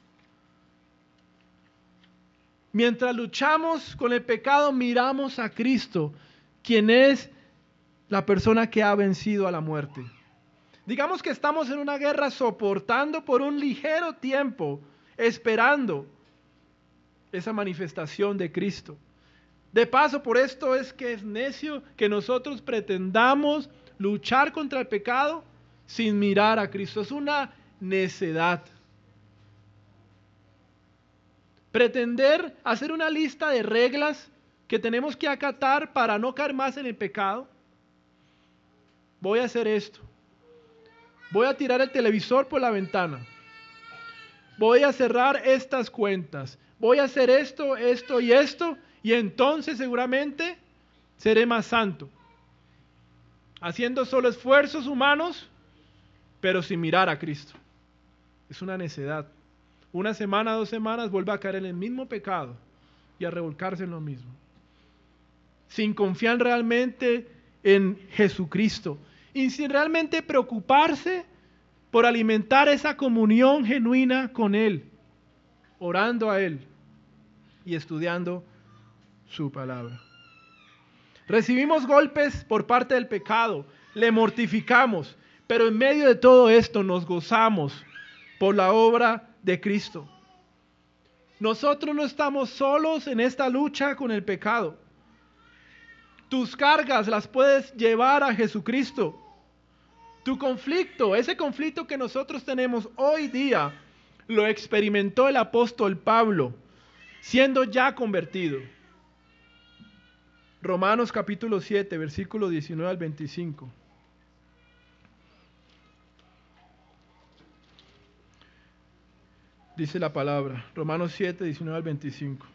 A: Mientras luchamos con el pecado, miramos a Cristo, quien es la persona que ha vencido a la muerte. Digamos que estamos en una guerra soportando por un ligero tiempo, esperando esa manifestación de Cristo. De paso, por esto es que es necio que nosotros pretendamos luchar contra el pecado sin mirar a Cristo. Es una necedad. Pretender hacer una lista de reglas que tenemos que acatar para no caer más en el pecado. Voy a hacer esto. Voy a tirar el televisor por la ventana. Voy a cerrar estas cuentas. Voy a hacer esto, esto y esto. Y entonces seguramente seré más santo. Haciendo solo esfuerzos humanos, pero sin mirar a Cristo. Es una necedad. Una semana, dos semanas, vuelve a caer en el mismo pecado y a revolcarse en lo mismo. Sin confiar realmente en Jesucristo y sin realmente preocuparse por alimentar esa comunión genuina con Él, orando a Él y estudiando su palabra. Recibimos golpes por parte del pecado, le mortificamos, pero en medio de todo esto nos gozamos por la obra de Cristo. Nosotros no estamos solos en esta lucha con el pecado. Tus cargas las puedes llevar a Jesucristo. Tu conflicto, ese conflicto que nosotros tenemos hoy día, lo experimentó el apóstol Pablo, siendo ya convertido. Romanos capítulo siete, versículo diecinueve al veinticinco. Dice la palabra, Romanos siete, diecinueve al veinticinco.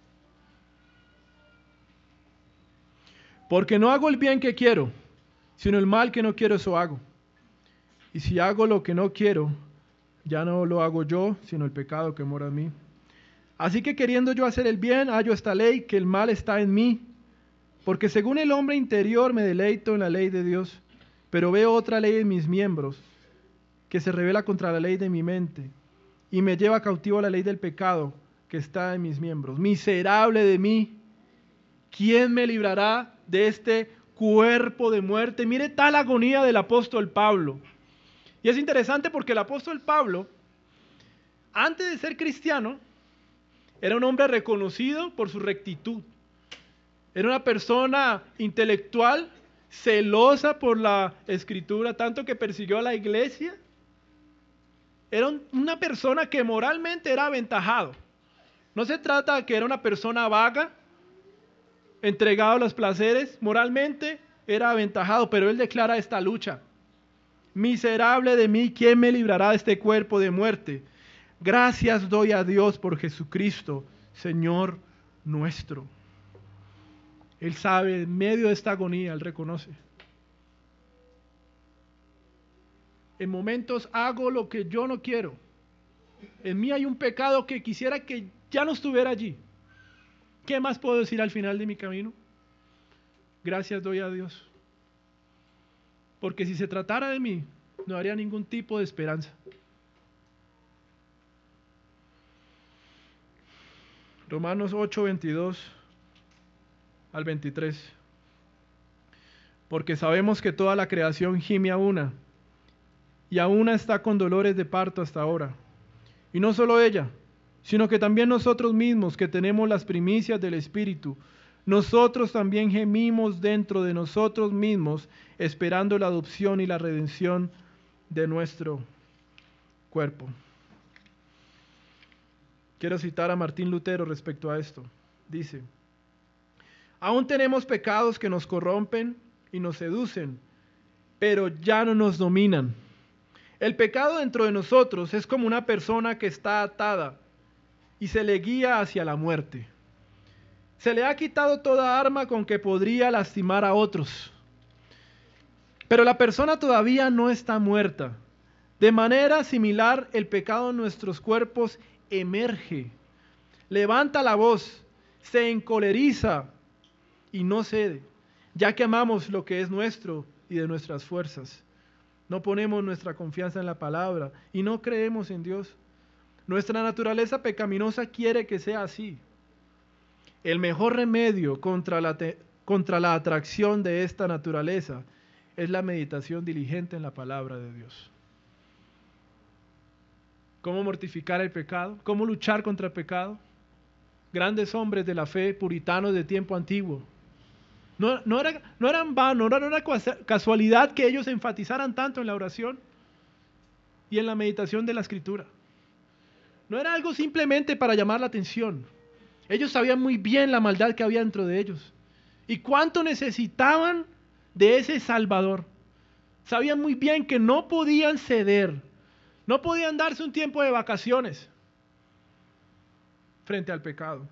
A: Porque no hago el bien que quiero, sino el mal que no quiero, eso hago. Y si hago lo que no quiero, ya no lo hago yo, sino el pecado que mora en mí. Así que queriendo yo hacer el bien, hallo esta ley, que el mal está en mí. Porque según el hombre interior me deleito en la ley de Dios, pero veo otra ley en mis miembros, que se revela contra la ley de mi mente, y me lleva cautivo a la ley del pecado que está en mis miembros. Miserable de mí, ¿quién me librará de este cuerpo de muerte? Mire tal agonía del apóstol Pablo. Y es interesante porque el apóstol Pablo, antes de ser cristiano, era un hombre reconocido por su rectitud. Era una persona intelectual, celosa por la escritura, tanto que persiguió a la iglesia. Era un, una persona que moralmente era aventajado. No se trata de que era una persona vaga, entregado a los placeres, moralmente era aventajado, pero él declara esta lucha. Miserable de mí, ¿quién me librará de este cuerpo de muerte? Gracias doy a Dios por Jesucristo, Señor nuestro. Él sabe, en medio de esta agonía, él reconoce. En momentos hago lo que yo no quiero. En mí hay un pecado que quisiera que ya no estuviera allí. ¿Qué más puedo decir al final de mi camino? Gracias doy a Dios. Porque si se tratara de mí, no habría ningún tipo de esperanza. Romanos ocho, veintidós al veintitrés. Porque sabemos que toda la creación gime a una, y a una está con dolores de parto hasta ahora. Y no solo ella, sino que también nosotros mismos, que tenemos las primicias del Espíritu, nosotros también gemimos dentro de nosotros mismos, esperando la adopción y la redención de nuestro cuerpo. Quiero citar a Martín Lutero respecto a esto. Dice: aún tenemos pecados que nos corrompen y nos seducen, pero ya no nos dominan. El pecado dentro de nosotros es como una persona que está atada y se le guía hacia la muerte. Se le ha quitado toda arma con que podría lastimar a otros. Pero la persona todavía no está muerta. De manera similar, el pecado en nuestros cuerpos emerge, levanta la voz, se encoleriza y no cede, ya que amamos lo que es nuestro y de nuestras fuerzas. No ponemos nuestra confianza en la palabra y no creemos en Dios. Nuestra naturaleza pecaminosa quiere que sea así. El mejor remedio contra la, te, contra la atracción de esta naturaleza es la meditación diligente en la palabra de Dios. ¿Cómo mortificar el pecado? ¿Cómo luchar contra el pecado? Grandes hombres de la fe, puritanos de tiempo antiguo. No, no, era, no eran vanos, no era una casualidad que ellos enfatizaran tanto en la oración y en la meditación de la Escritura. No era algo simplemente para llamar la atención. Ellos sabían muy bien la maldad que había dentro de ellos y cuánto necesitaban de ese Salvador. Sabían muy bien que no podían ceder, no podían darse un tiempo de vacaciones frente al pecado.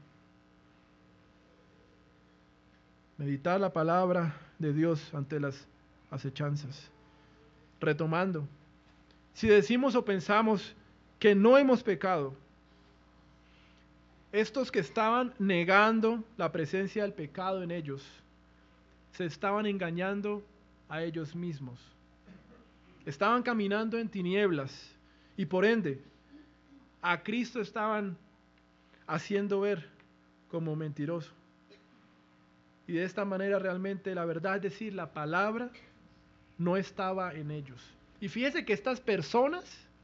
A: Meditar la palabra de Dios ante las acechanzas. Retomando, si decimos o pensamos que no hemos pecado, estos que estaban negando la presencia del pecado en ellos, se estaban engañando a ellos mismos. Estaban caminando en tinieblas y por ende a Cristo estaban haciendo ver como mentiroso. Y de esta manera realmente la verdad es decir, la palabra no estaba en ellos. Y fíjese que estas personas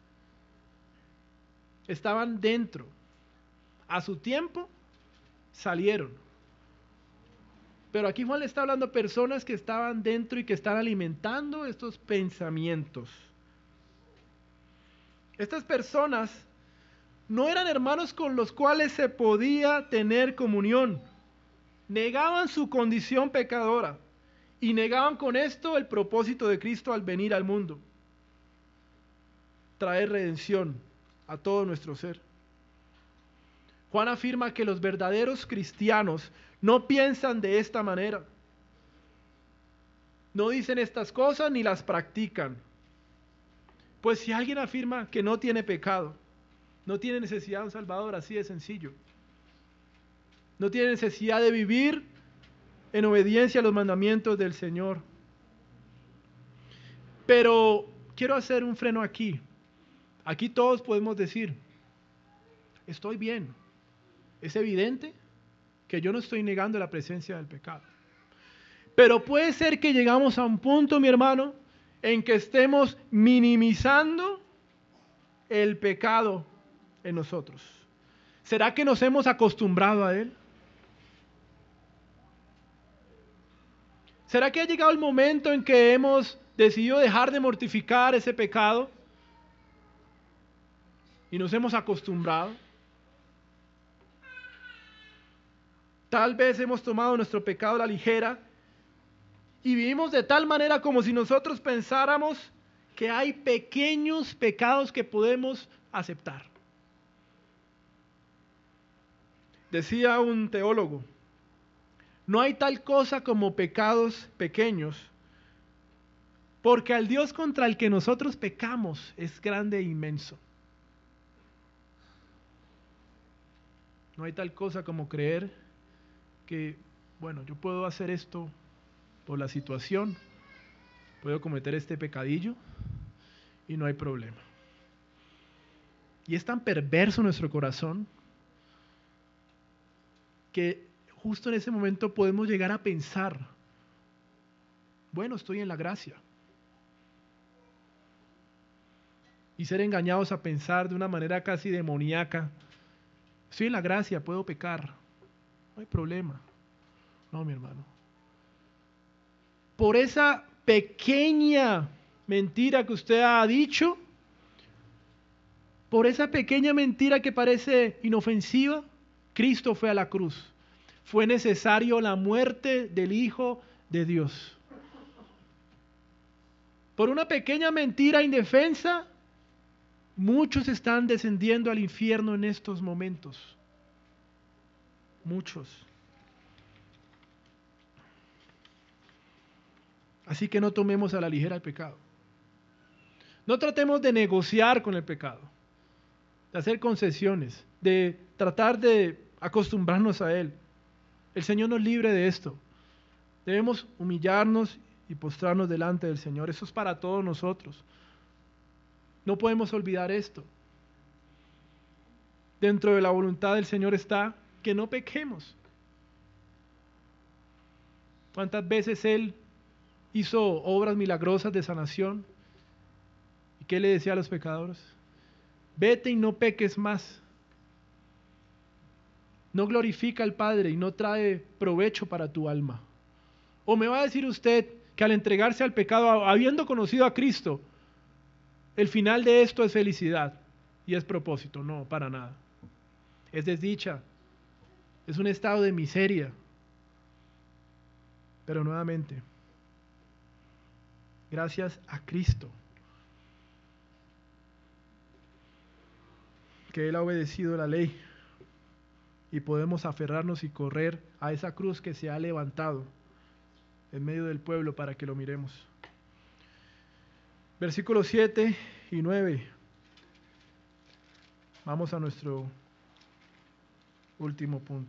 A: estaban dentro. A su tiempo salieron. Pero aquí Juan le está hablando a personas que estaban dentro y que están alimentando estos pensamientos. Estas personas no eran hermanos con los cuales se podía tener comunión. Negaban su condición pecadora y negaban con esto el propósito de Cristo al venir al mundo. Traer redención a todo nuestro ser. Juan afirma que los verdaderos cristianos no piensan de esta manera. No dicen estas cosas ni las practican. Pues si alguien afirma que no tiene pecado, no tiene necesidad de un Salvador, así de sencillo. No tiene necesidad de vivir en obediencia a los mandamientos del Señor. Pero quiero hacer un freno aquí. Aquí todos podemos decir, estoy bien. Es evidente que yo no estoy negando la presencia del pecado. Pero puede ser que llegamos a un punto, mi hermano, en que estemos minimizando el pecado en nosotros. ¿Será que nos hemos acostumbrado a él? ¿Será que ha llegado el momento en que hemos decidido dejar de mortificar ese pecado y nos hemos acostumbrado? Tal vez hemos tomado nuestro pecado a la ligera y vivimos de tal manera como si nosotros pensáramos que hay pequeños pecados que podemos aceptar. Decía un teólogo, no hay tal cosa como pecados pequeños, porque al Dios contra el que nosotros pecamos es grande e inmenso. No hay tal cosa como creer que, bueno, yo puedo hacer esto por la situación, puedo cometer este pecadillo y no hay problema. Y es tan perverso nuestro corazón que justo en ese momento podemos llegar a pensar, bueno, estoy en la gracia. Y ser engañados a pensar de una manera casi demoníaca, estoy en la gracia, puedo pecar, no hay problema. No, mi hermano. Por esa pequeña mentira que usted ha dicho, por esa pequeña mentira que parece inofensiva, Cristo fue a la cruz. Fue necesario la muerte del Hijo de Dios. Por una pequeña mentira indefensa, muchos están descendiendo al infierno en estos momentos. Muchos. Así que no tomemos a la ligera el pecado. No tratemos de negociar con el pecado, de hacer concesiones, de tratar de acostumbrarnos a él. El Señor nos libre de esto. Debemos humillarnos y postrarnos delante del Señor. Eso es para todos nosotros. No podemos olvidar esto. Dentro de la voluntad del Señor está que no pequemos. ¿Cuántas veces Él hizo obras milagrosas de sanación? ¿Y qué le decía a los pecadores? Vete y no peques más. No glorifica al Padre y no trae provecho para tu alma. ¿O me va a decir usted que al entregarse al pecado, habiendo conocido a Cristo, el final de esto es felicidad y es propósito? No, para nada. Es desdicha. Es un estado de miseria. Pero nuevamente, gracias a Cristo, que Él ha obedecido la ley y podemos aferrarnos y correr a esa cruz que se ha levantado en medio del pueblo para que lo miremos. Versículos siete y nueve. Vamos a nuestro último punto.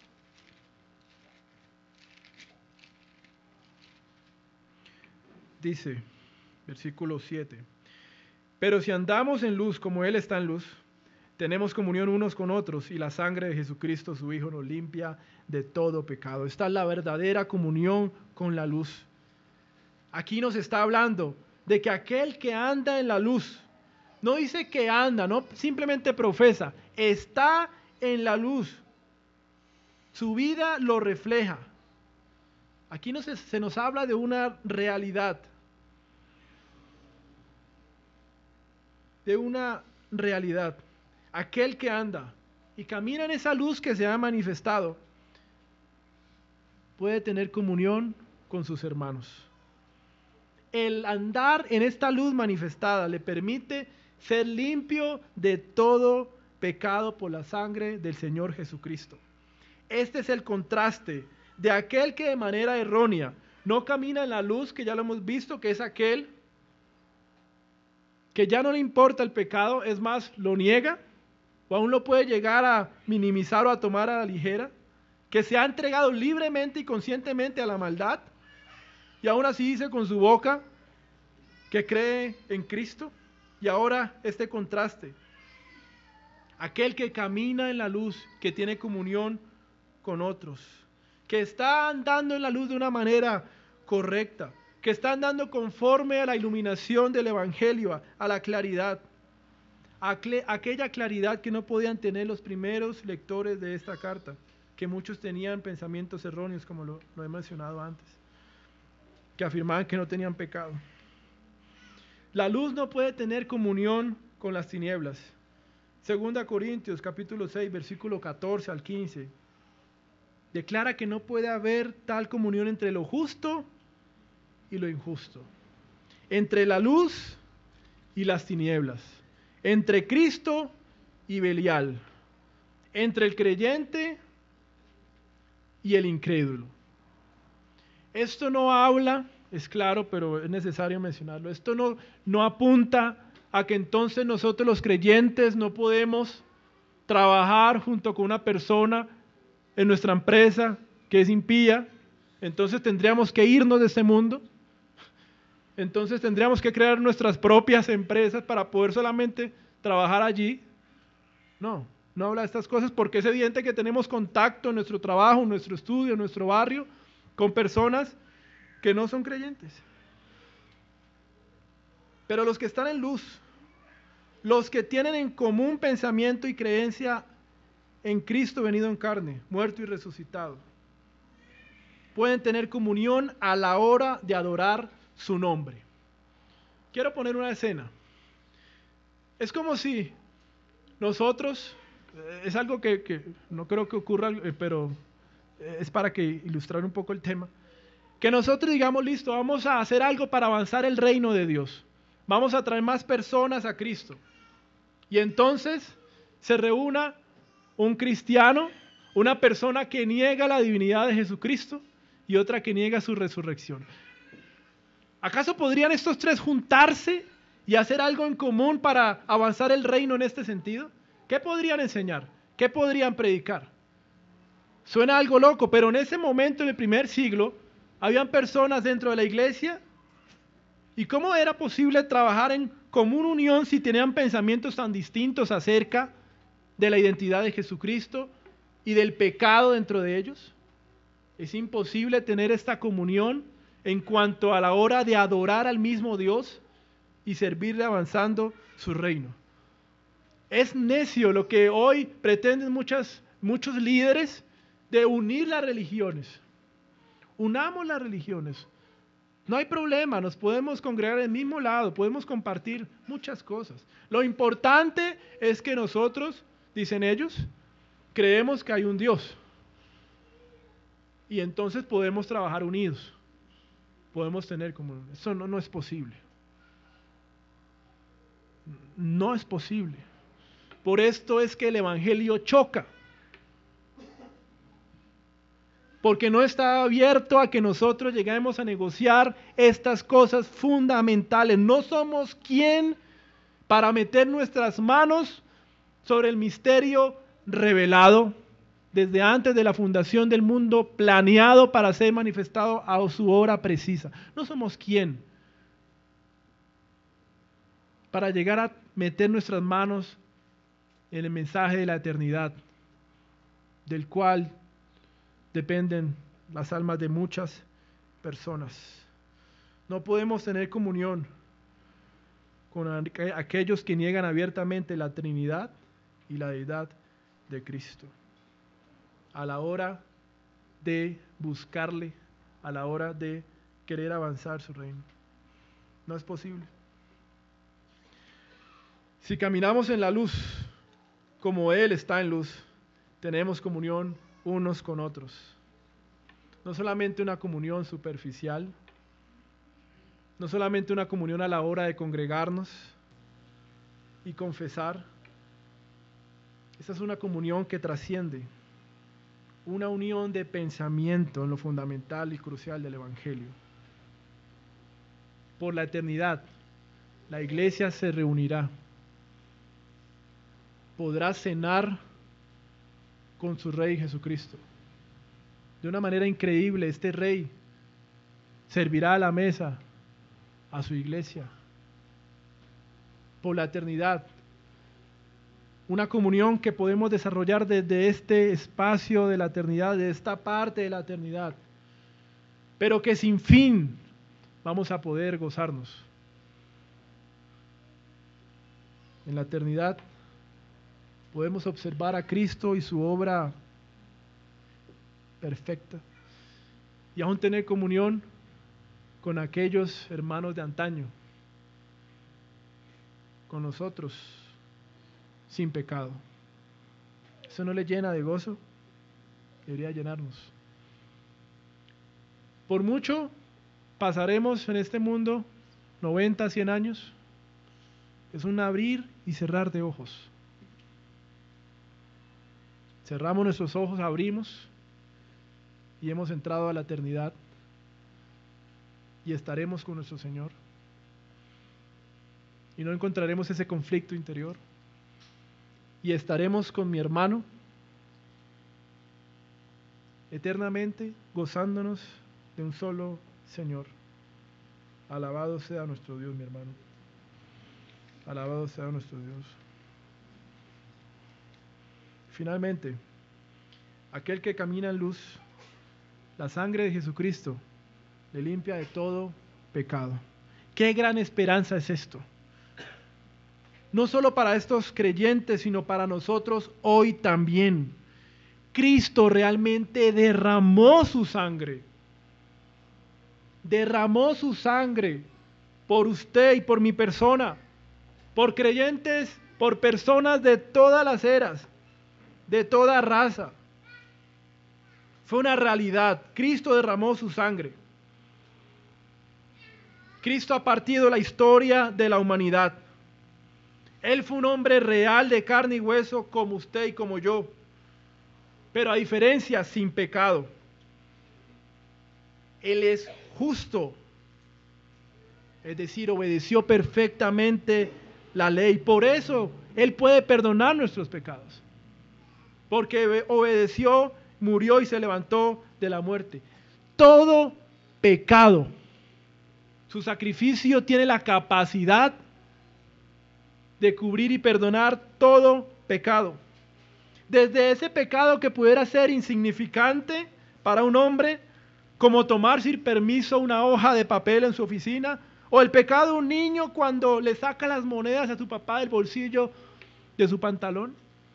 A: Dice, versículo siete, pero si andamos en luz como Él está en luz, tenemos comunión unos con otros y la sangre de Jesucristo, su Hijo, nos limpia de todo pecado. Esta es la verdadera comunión con la luz. Aquí nos está hablando de que aquel que anda en la luz, no dice que anda, no simplemente profesa, está en la luz. Su vida lo refleja. Aquí no se, se nos habla de una realidad, de una realidad. Aquel que anda y camina en esa luz que se ha manifestado puede tener comunión con sus hermanos. El andar en esta luz manifestada le permite ser limpio de todo pecado por la sangre del Señor Jesucristo. Este es el contraste de aquel que de manera errónea no camina en la luz, que ya lo hemos visto, que es aquel que ya no le importa el pecado, es más, lo niega, o aún lo puede llegar a minimizar o a tomar a la ligera, que se ha entregado libremente y conscientemente a la maldad, y aún así dice con su boca que cree en Cristo. Y ahora este contraste, aquel que camina en la luz, que tiene comunión con otros, que está andando en la luz de una manera correcta, que está andando conforme a la iluminación del Evangelio, a la claridad, a aquella claridad que no podían tener los primeros lectores de esta carta, que muchos tenían pensamientos erróneos, como lo, lo he mencionado antes, que afirmaban que no tenían pecado. La luz no puede tener comunión con las tinieblas. Segunda Corintios capítulo seis, versículo catorce al quince, declara que no puede haber tal comunión entre lo justo y lo injusto, entre la luz y las tinieblas, entre Cristo y Belial, entre el creyente y el incrédulo. Esto no habla, es claro, pero es necesario mencionarlo, esto no, no apunta a que entonces nosotros los creyentes no podemos trabajar junto con una persona en nuestra empresa que es impía, entonces tendríamos que irnos de este mundo, entonces tendríamos que crear nuestras propias empresas para poder solamente trabajar allí. No, no habla de estas cosas, porque es evidente que tenemos contacto en nuestro trabajo, en nuestro estudio, en nuestro barrio, con personas que no son creyentes. Pero los que están en luz, los que tienen en común pensamiento y creencia en Cristo venido en carne, muerto y resucitado, pueden tener comunión a la hora de adorar su nombre. Quiero poner una escena. Es como si nosotros, es algo que, que no creo que ocurra, pero es para que ilustrar un poco el tema, que nosotros digamos, listo, vamos a hacer algo para avanzar el reino de Dios, vamos a traer más personas a Cristo, y entonces se reúna un cristiano, una persona que niega la divinidad de Jesucristo y otra que niega su resurrección. ¿Acaso podrían estos tres juntarse y hacer algo en común para avanzar el reino en este sentido? ¿Qué podrían enseñar? ¿Qué podrían predicar? Suena algo loco, pero en ese momento, en el primer siglo, habían personas dentro de la iglesia. ¿Y cómo era posible trabajar en común unión si tenían pensamientos tan distintos acerca de la identidad de Jesucristo y del pecado dentro de ellos? Es imposible tener esta comunión en cuanto a la hora de adorar al mismo Dios y servirle avanzando su reino. Es necio lo que hoy pretenden muchas, muchos líderes de unir las religiones. Unamos las religiones. No hay problema, nos podemos congregar en el mismo lado, podemos compartir muchas cosas. Lo importante es que nosotros, dicen ellos, creemos que hay un Dios. Y entonces podemos trabajar unidos. Podemos tener comunión. Eso no, no es posible. No es posible. Por esto es que el Evangelio choca. Porque no está abierto a que nosotros lleguemos a negociar estas cosas fundamentales. No somos quien para meter nuestras manos sobre el misterio revelado desde antes de la fundación del mundo, planeado para ser manifestado a su hora precisa. No somos quien para llegar a meter nuestras manos en el mensaje de la eternidad, del cual dependen las almas de muchas personas. No podemos tener comunión con aquellos que niegan abiertamente la Trinidad y la deidad de Cristo a la hora de buscarle, a la hora de querer avanzar su reino. No es posible. Si caminamos en la luz como Él está en luz, tenemos comunión unos con otros. No solamente una comunión superficial, no solamente una comunión a la hora de congregarnos y confesar, Esta es una comunión que trasciende, una unión de pensamiento en lo fundamental y crucial del Evangelio. Por la eternidad, la iglesia se reunirá, podrá cenar con su Rey Jesucristo. De una manera increíble, este Rey servirá a la mesa a su iglesia. Por la eternidad, una comunión que podemos desarrollar desde este espacio de la eternidad, de esta parte de la eternidad, pero que sin fin vamos a poder gozarnos. En la eternidad podemos observar a Cristo y su obra perfecta y aún tener comunión con aquellos hermanos de antaño, con nosotros, sin pecado. ¿Eso no le llena de gozo? Debería llenarnos. Por mucho pasaremos en este mundo noventa, cien años. Es un abrir y cerrar de ojos. Cerramos nuestros ojos, abrimos y hemos entrado a la eternidad y estaremos con nuestro Señor. Y no encontraremos ese conflicto interior. Y estaremos con mi hermano eternamente gozándonos de un solo Señor. Alabado sea nuestro Dios, mi hermano. Alabado sea nuestro Dios. Finalmente, aquel que camina en luz, la sangre de Jesucristo le limpia de todo pecado. Qué gran esperanza es esto. No solo para estos creyentes, sino para nosotros hoy también. Cristo realmente derramó su sangre. Derramó su sangre por usted y por mi persona, por creyentes, por personas de todas las eras, de toda raza. Fue una realidad. Cristo derramó su sangre. Cristo ha partido la historia de la humanidad. Él fue un hombre real de carne y hueso como usted y como yo, pero a diferencia, sin pecado. Él es justo, es decir, obedeció perfectamente la ley. Por eso Él puede perdonar nuestros pecados, porque obedeció, murió y se levantó de la muerte. Todo pecado, su sacrificio tiene la capacidad de cubrir y perdonar todo pecado. Desde ese pecado que pudiera ser insignificante para un hombre, como tomar sin permiso una hoja de papel en su oficina, o el pecado de un niño cuando le saca las monedas a su papá del bolsillo de su pantalón.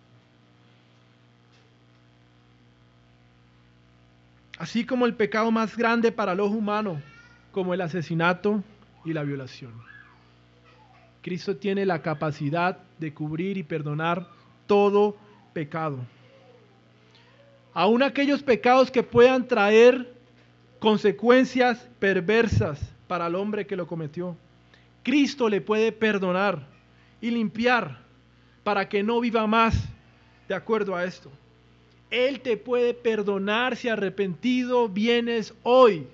A: Así como el pecado más grande para el ojo humano, como el asesinato y la violación. Cristo tiene la capacidad de cubrir y perdonar todo pecado. Aún aquellos pecados que puedan traer consecuencias perversas para el hombre que lo cometió. Cristo le puede perdonar y limpiar para que no viva más de acuerdo a esto. Él te puede perdonar si arrepentido vienes hoy.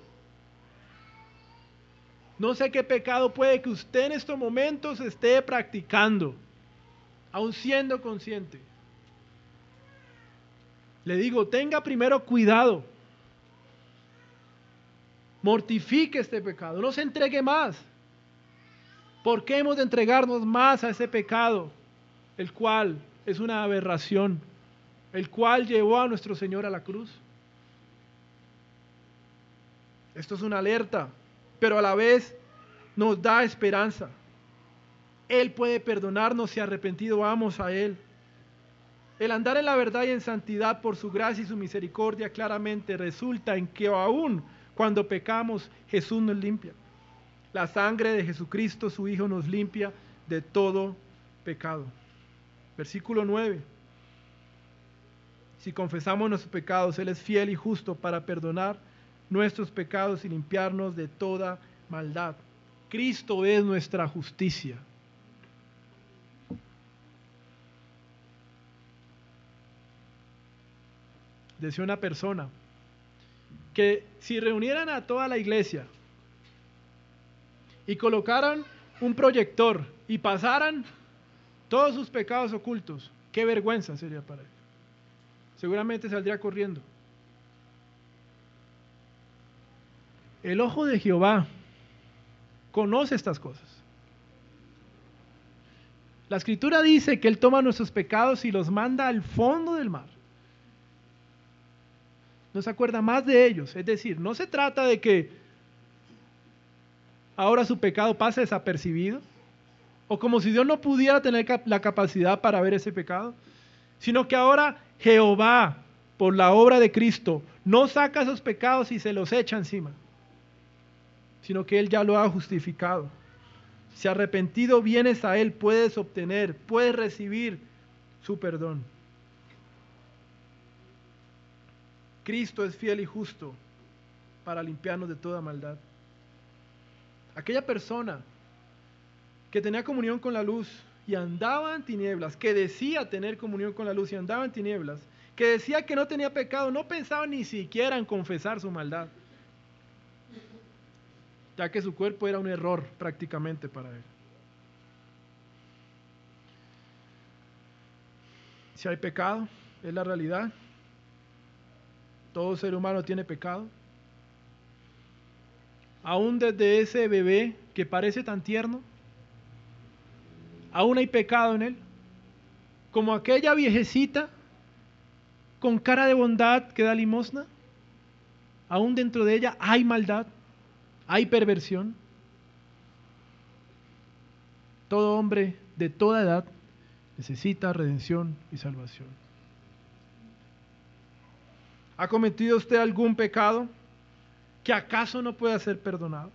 A: No sé qué pecado puede que usted en estos momentos esté practicando, aun siendo consciente. Le digo, tenga primero cuidado. Mortifique este pecado, no se entregue más. ¿Por qué hemos de entregarnos más a ese pecado, el cual es una aberración, el cual llevó a nuestro Señor a la cruz? Esto es una alerta, pero a la vez nos da esperanza. Él puede perdonarnos si arrepentido vamos a Él. El andar en la verdad y en santidad por su gracia y su misericordia claramente resulta en que aún cuando pecamos, Jesús nos limpia. La sangre de Jesucristo, su Hijo, nos limpia de todo pecado. Versículo nueve. Si confesamos nuestros pecados, Él es fiel y justo para perdonar nuestros pecados y limpiarnos de toda maldad. Cristo es nuestra justicia. decía una persona, que si reunieran a toda la iglesia y colocaran un proyector y pasaran todos sus pecados ocultos, qué vergüenza sería para él. Seguramente saldría corriendo. El ojo de Jehová conoce estas cosas. La Escritura dice que Él toma nuestros pecados y los manda al fondo del mar. No se acuerda más de ellos. Es decir, no se trata de que ahora su pecado pase desapercibido, o como si Dios no pudiera tener la capacidad para ver ese pecado, sino que ahora Jehová, por la obra de Cristo, no saca esos pecados y se los echa encima, sino que Él ya lo ha justificado. Si arrepentido vienes a Él, puedes obtener, puedes recibir su perdón. Cristo es fiel y justo para limpiarnos de toda maldad. Aquella persona que tenía comunión con la luz y andaba en tinieblas, que decía tener comunión con la luz y andaba en tinieblas, que decía que no tenía pecado, no pensaba ni siquiera en confesar su maldad, ya que su cuerpo era un error prácticamente para él. Si hay pecado, es la realidad. Todo ser humano tiene pecado. Aún desde ese bebé que parece tan tierno, aún hay pecado en él. Como aquella viejecita con cara de bondad que da limosna, aún dentro de ella hay maldad, hay perversión. Todo hombre de toda edad necesita redención y salvación. ¿Ha cometido usted algún pecado que acaso no pueda ser perdonado?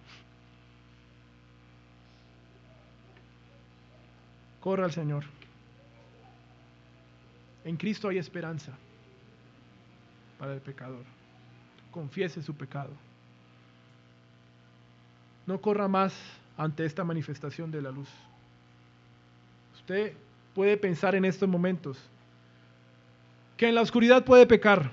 A: Corra al Señor. En Cristo hay esperanza para el pecador. Confiese su pecado. No corra más ante esta manifestación de la luz. Usted puede pensar en estos momentos que en la oscuridad puede pecar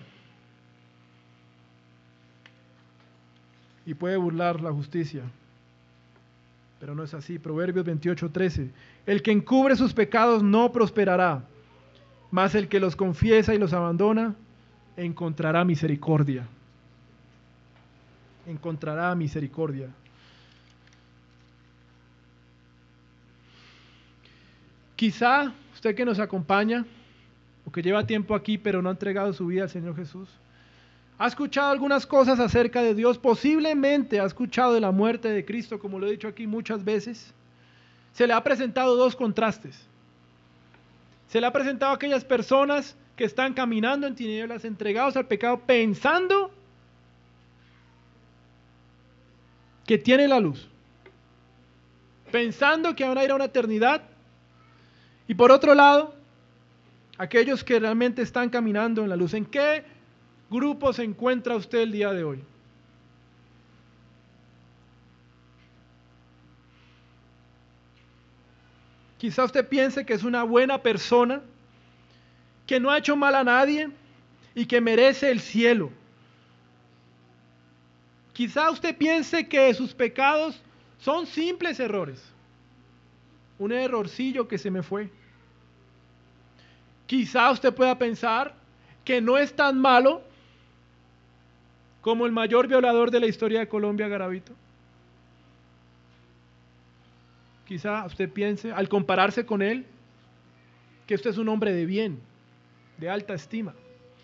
A: y puede burlar la justicia, pero no es así. Proverbios veintiocho, trece. El que encubre sus pecados no prosperará, mas el que los confiesa y los abandona encontrará misericordia. Encontrará misericordia. Quizá usted que nos acompaña o que lleva tiempo aquí pero no ha entregado su vida al Señor Jesús, ha escuchado algunas cosas acerca de Dios, posiblemente ha escuchado de la muerte de Cristo, como lo he dicho aquí muchas veces. Se le ha presentado dos contrastes. Se le ha presentado a aquellas personas que están caminando en tinieblas, entregados al pecado, pensando que tienen la luz, pensando que van a ir a una eternidad. Y por otro lado, aquellos que realmente están caminando en la luz. ¿En qué grupo se encuentra usted el día de hoy? Quizá usted piense que es una buena persona, que no ha hecho mal a nadie y que merece el cielo. Quizá usted piense que sus pecados son simples errores. Un errorcillo que se me fue. Quizá usted pueda pensar que no es tan malo como el mayor violador de la historia de Colombia, Garavito. Quizá usted piense, al compararse con él, que usted es un hombre de bien, de alta estima.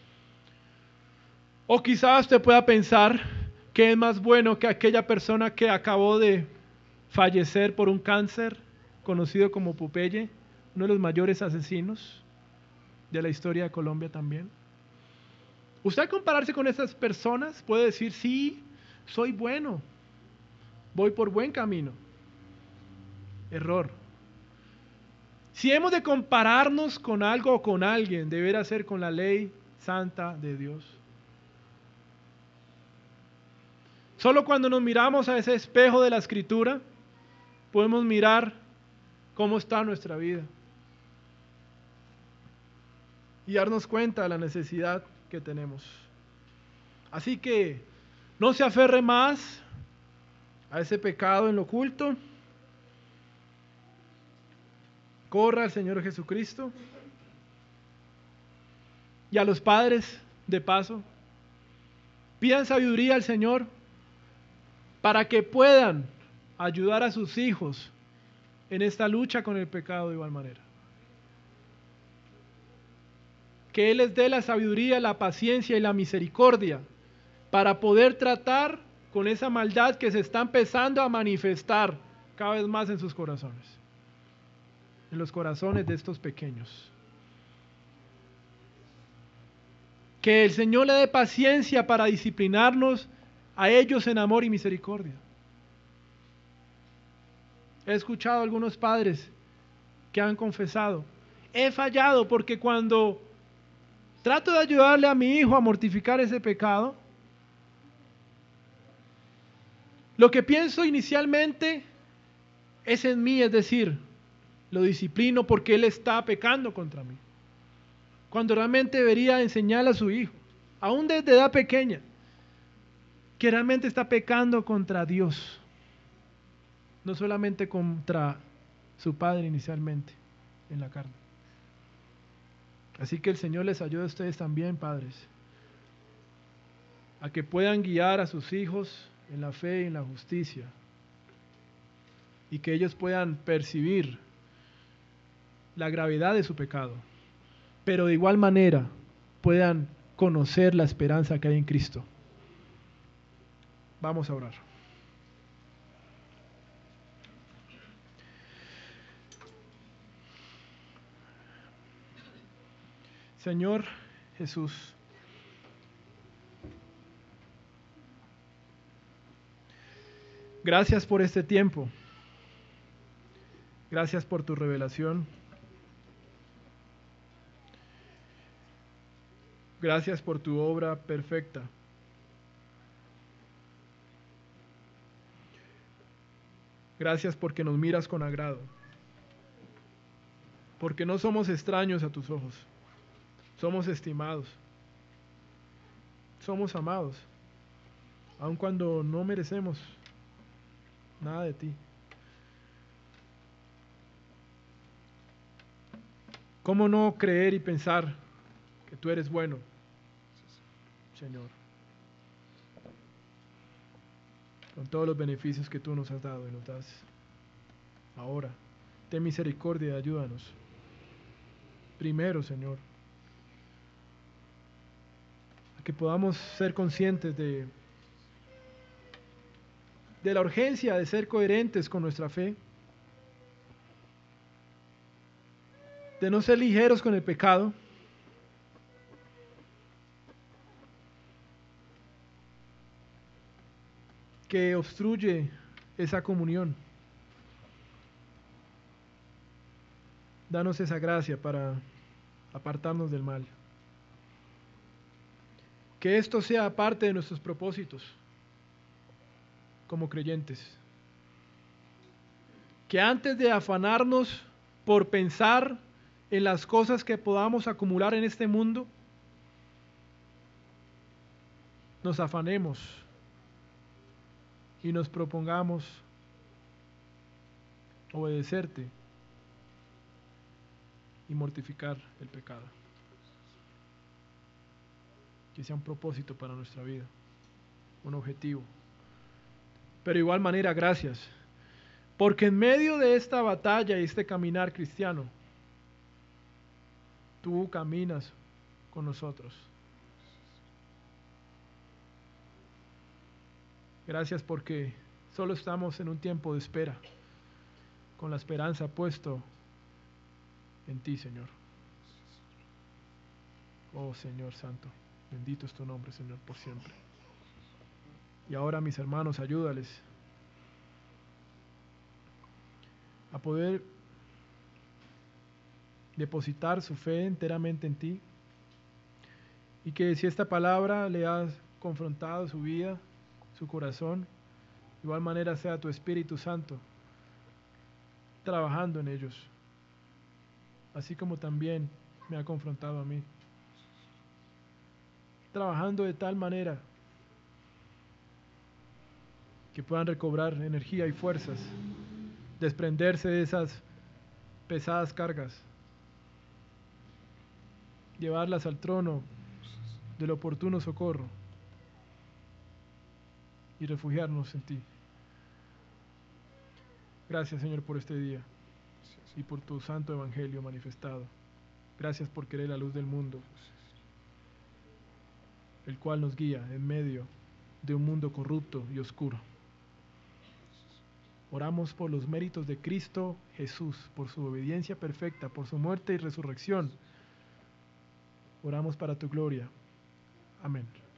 A: O quizá usted pueda pensar que es más bueno que aquella persona que acabó de fallecer por un cáncer, conocido como Popeye, uno de los mayores asesinos de la historia de Colombia también. Usted al compararse con esas personas puede decir, sí, soy bueno, voy por buen camino. Error. Si hemos de compararnos con algo o con alguien, deberá ser con la ley santa de Dios. Solo cuando nos miramos a ese espejo de la Escritura, podemos mirar cómo está nuestra vida y darnos cuenta de la necesidad que tenemos. Así que no se aferre más a ese pecado en lo oculto. Corra al Señor Jesucristo. Y a los padres, de paso, pidan sabiduría al Señor para que puedan ayudar a sus hijos en esta lucha con el pecado de igual manera. Que Él les dé la sabiduría, la paciencia y la misericordia para poder tratar con esa maldad que se está empezando a manifestar cada vez más en sus corazones, en los corazones de estos pequeños. Que el Señor le dé paciencia para disciplinarnos a ellos en amor y misericordia. He escuchado a algunos padres que han confesado: he fallado porque cuando trato de ayudarle a mi hijo a mortificar ese pecado, lo que pienso inicialmente es en mí, es decir, lo disciplino porque él está pecando contra mí, cuando realmente debería enseñarle a su hijo, aún desde edad pequeña, que realmente está pecando contra Dios, no solamente contra su padre inicialmente en la carne. Así que el Señor les ayude a ustedes también, padres, a que puedan guiar a sus hijos en la fe y en la justicia, y que ellos puedan percibir la gravedad de su pecado, pero de igual manera puedan conocer la esperanza que hay en Cristo. Vamos a orar. Señor Jesús, gracias por este tiempo. Gracias por tu revelación. Gracias por tu obra perfecta. Gracias porque nos miras con agrado. Porque no somos extraños a tus ojos. Somos estimados. Somos amados. Aun cuando no merecemos nada de ti. ¿Cómo no creer y pensar que tú eres bueno, Señor? Con todos los beneficios que tú nos has dado y nos das ahora. Ten misericordia y ayúdanos. Primero, Señor, a que podamos ser conscientes de, de la urgencia de ser coherentes con nuestra fe, de no ser ligeros con el pecado, que obstruye esa comunión. Danos esa gracia para apartarnos del mal. Que esto sea parte de nuestros propósitos como creyentes. Que antes de afanarnos por pensar en las cosas que podamos acumular en este mundo, nos afanemos y nos propongamos obedecerte y mortificar el pecado. Que sea un propósito para nuestra vida, un objetivo. Pero de igual manera, gracias, porque en medio de esta batalla y este caminar cristiano, tú caminas con nosotros. Gracias porque solo estamos en un tiempo de espera, con la esperanza puesto en ti, Señor. Oh Señor Santo, bendito es tu nombre, Señor, por siempre. Y ahora, mis hermanos, ayúdales a poder depositar su fe enteramente en ti, y que si esta palabra le has confrontado su vida, su corazón, de igual manera sea tu Espíritu Santo trabajando en ellos, así como también me ha confrontado a mí. trabajando de tal manera que puedan recobrar energía y fuerzas, desprenderse de esas pesadas cargas, llevarlas al trono del oportuno socorro y refugiarnos en ti. Gracias, Señor, por este día y por tu santo evangelio manifestado. Gracias por querer la luz del mundo, el cual nos guía en medio de un mundo corrupto y oscuro. Oramos por los méritos de Cristo Jesús, por su obediencia perfecta, por su muerte y resurrección. Oramos para tu gloria. Amén.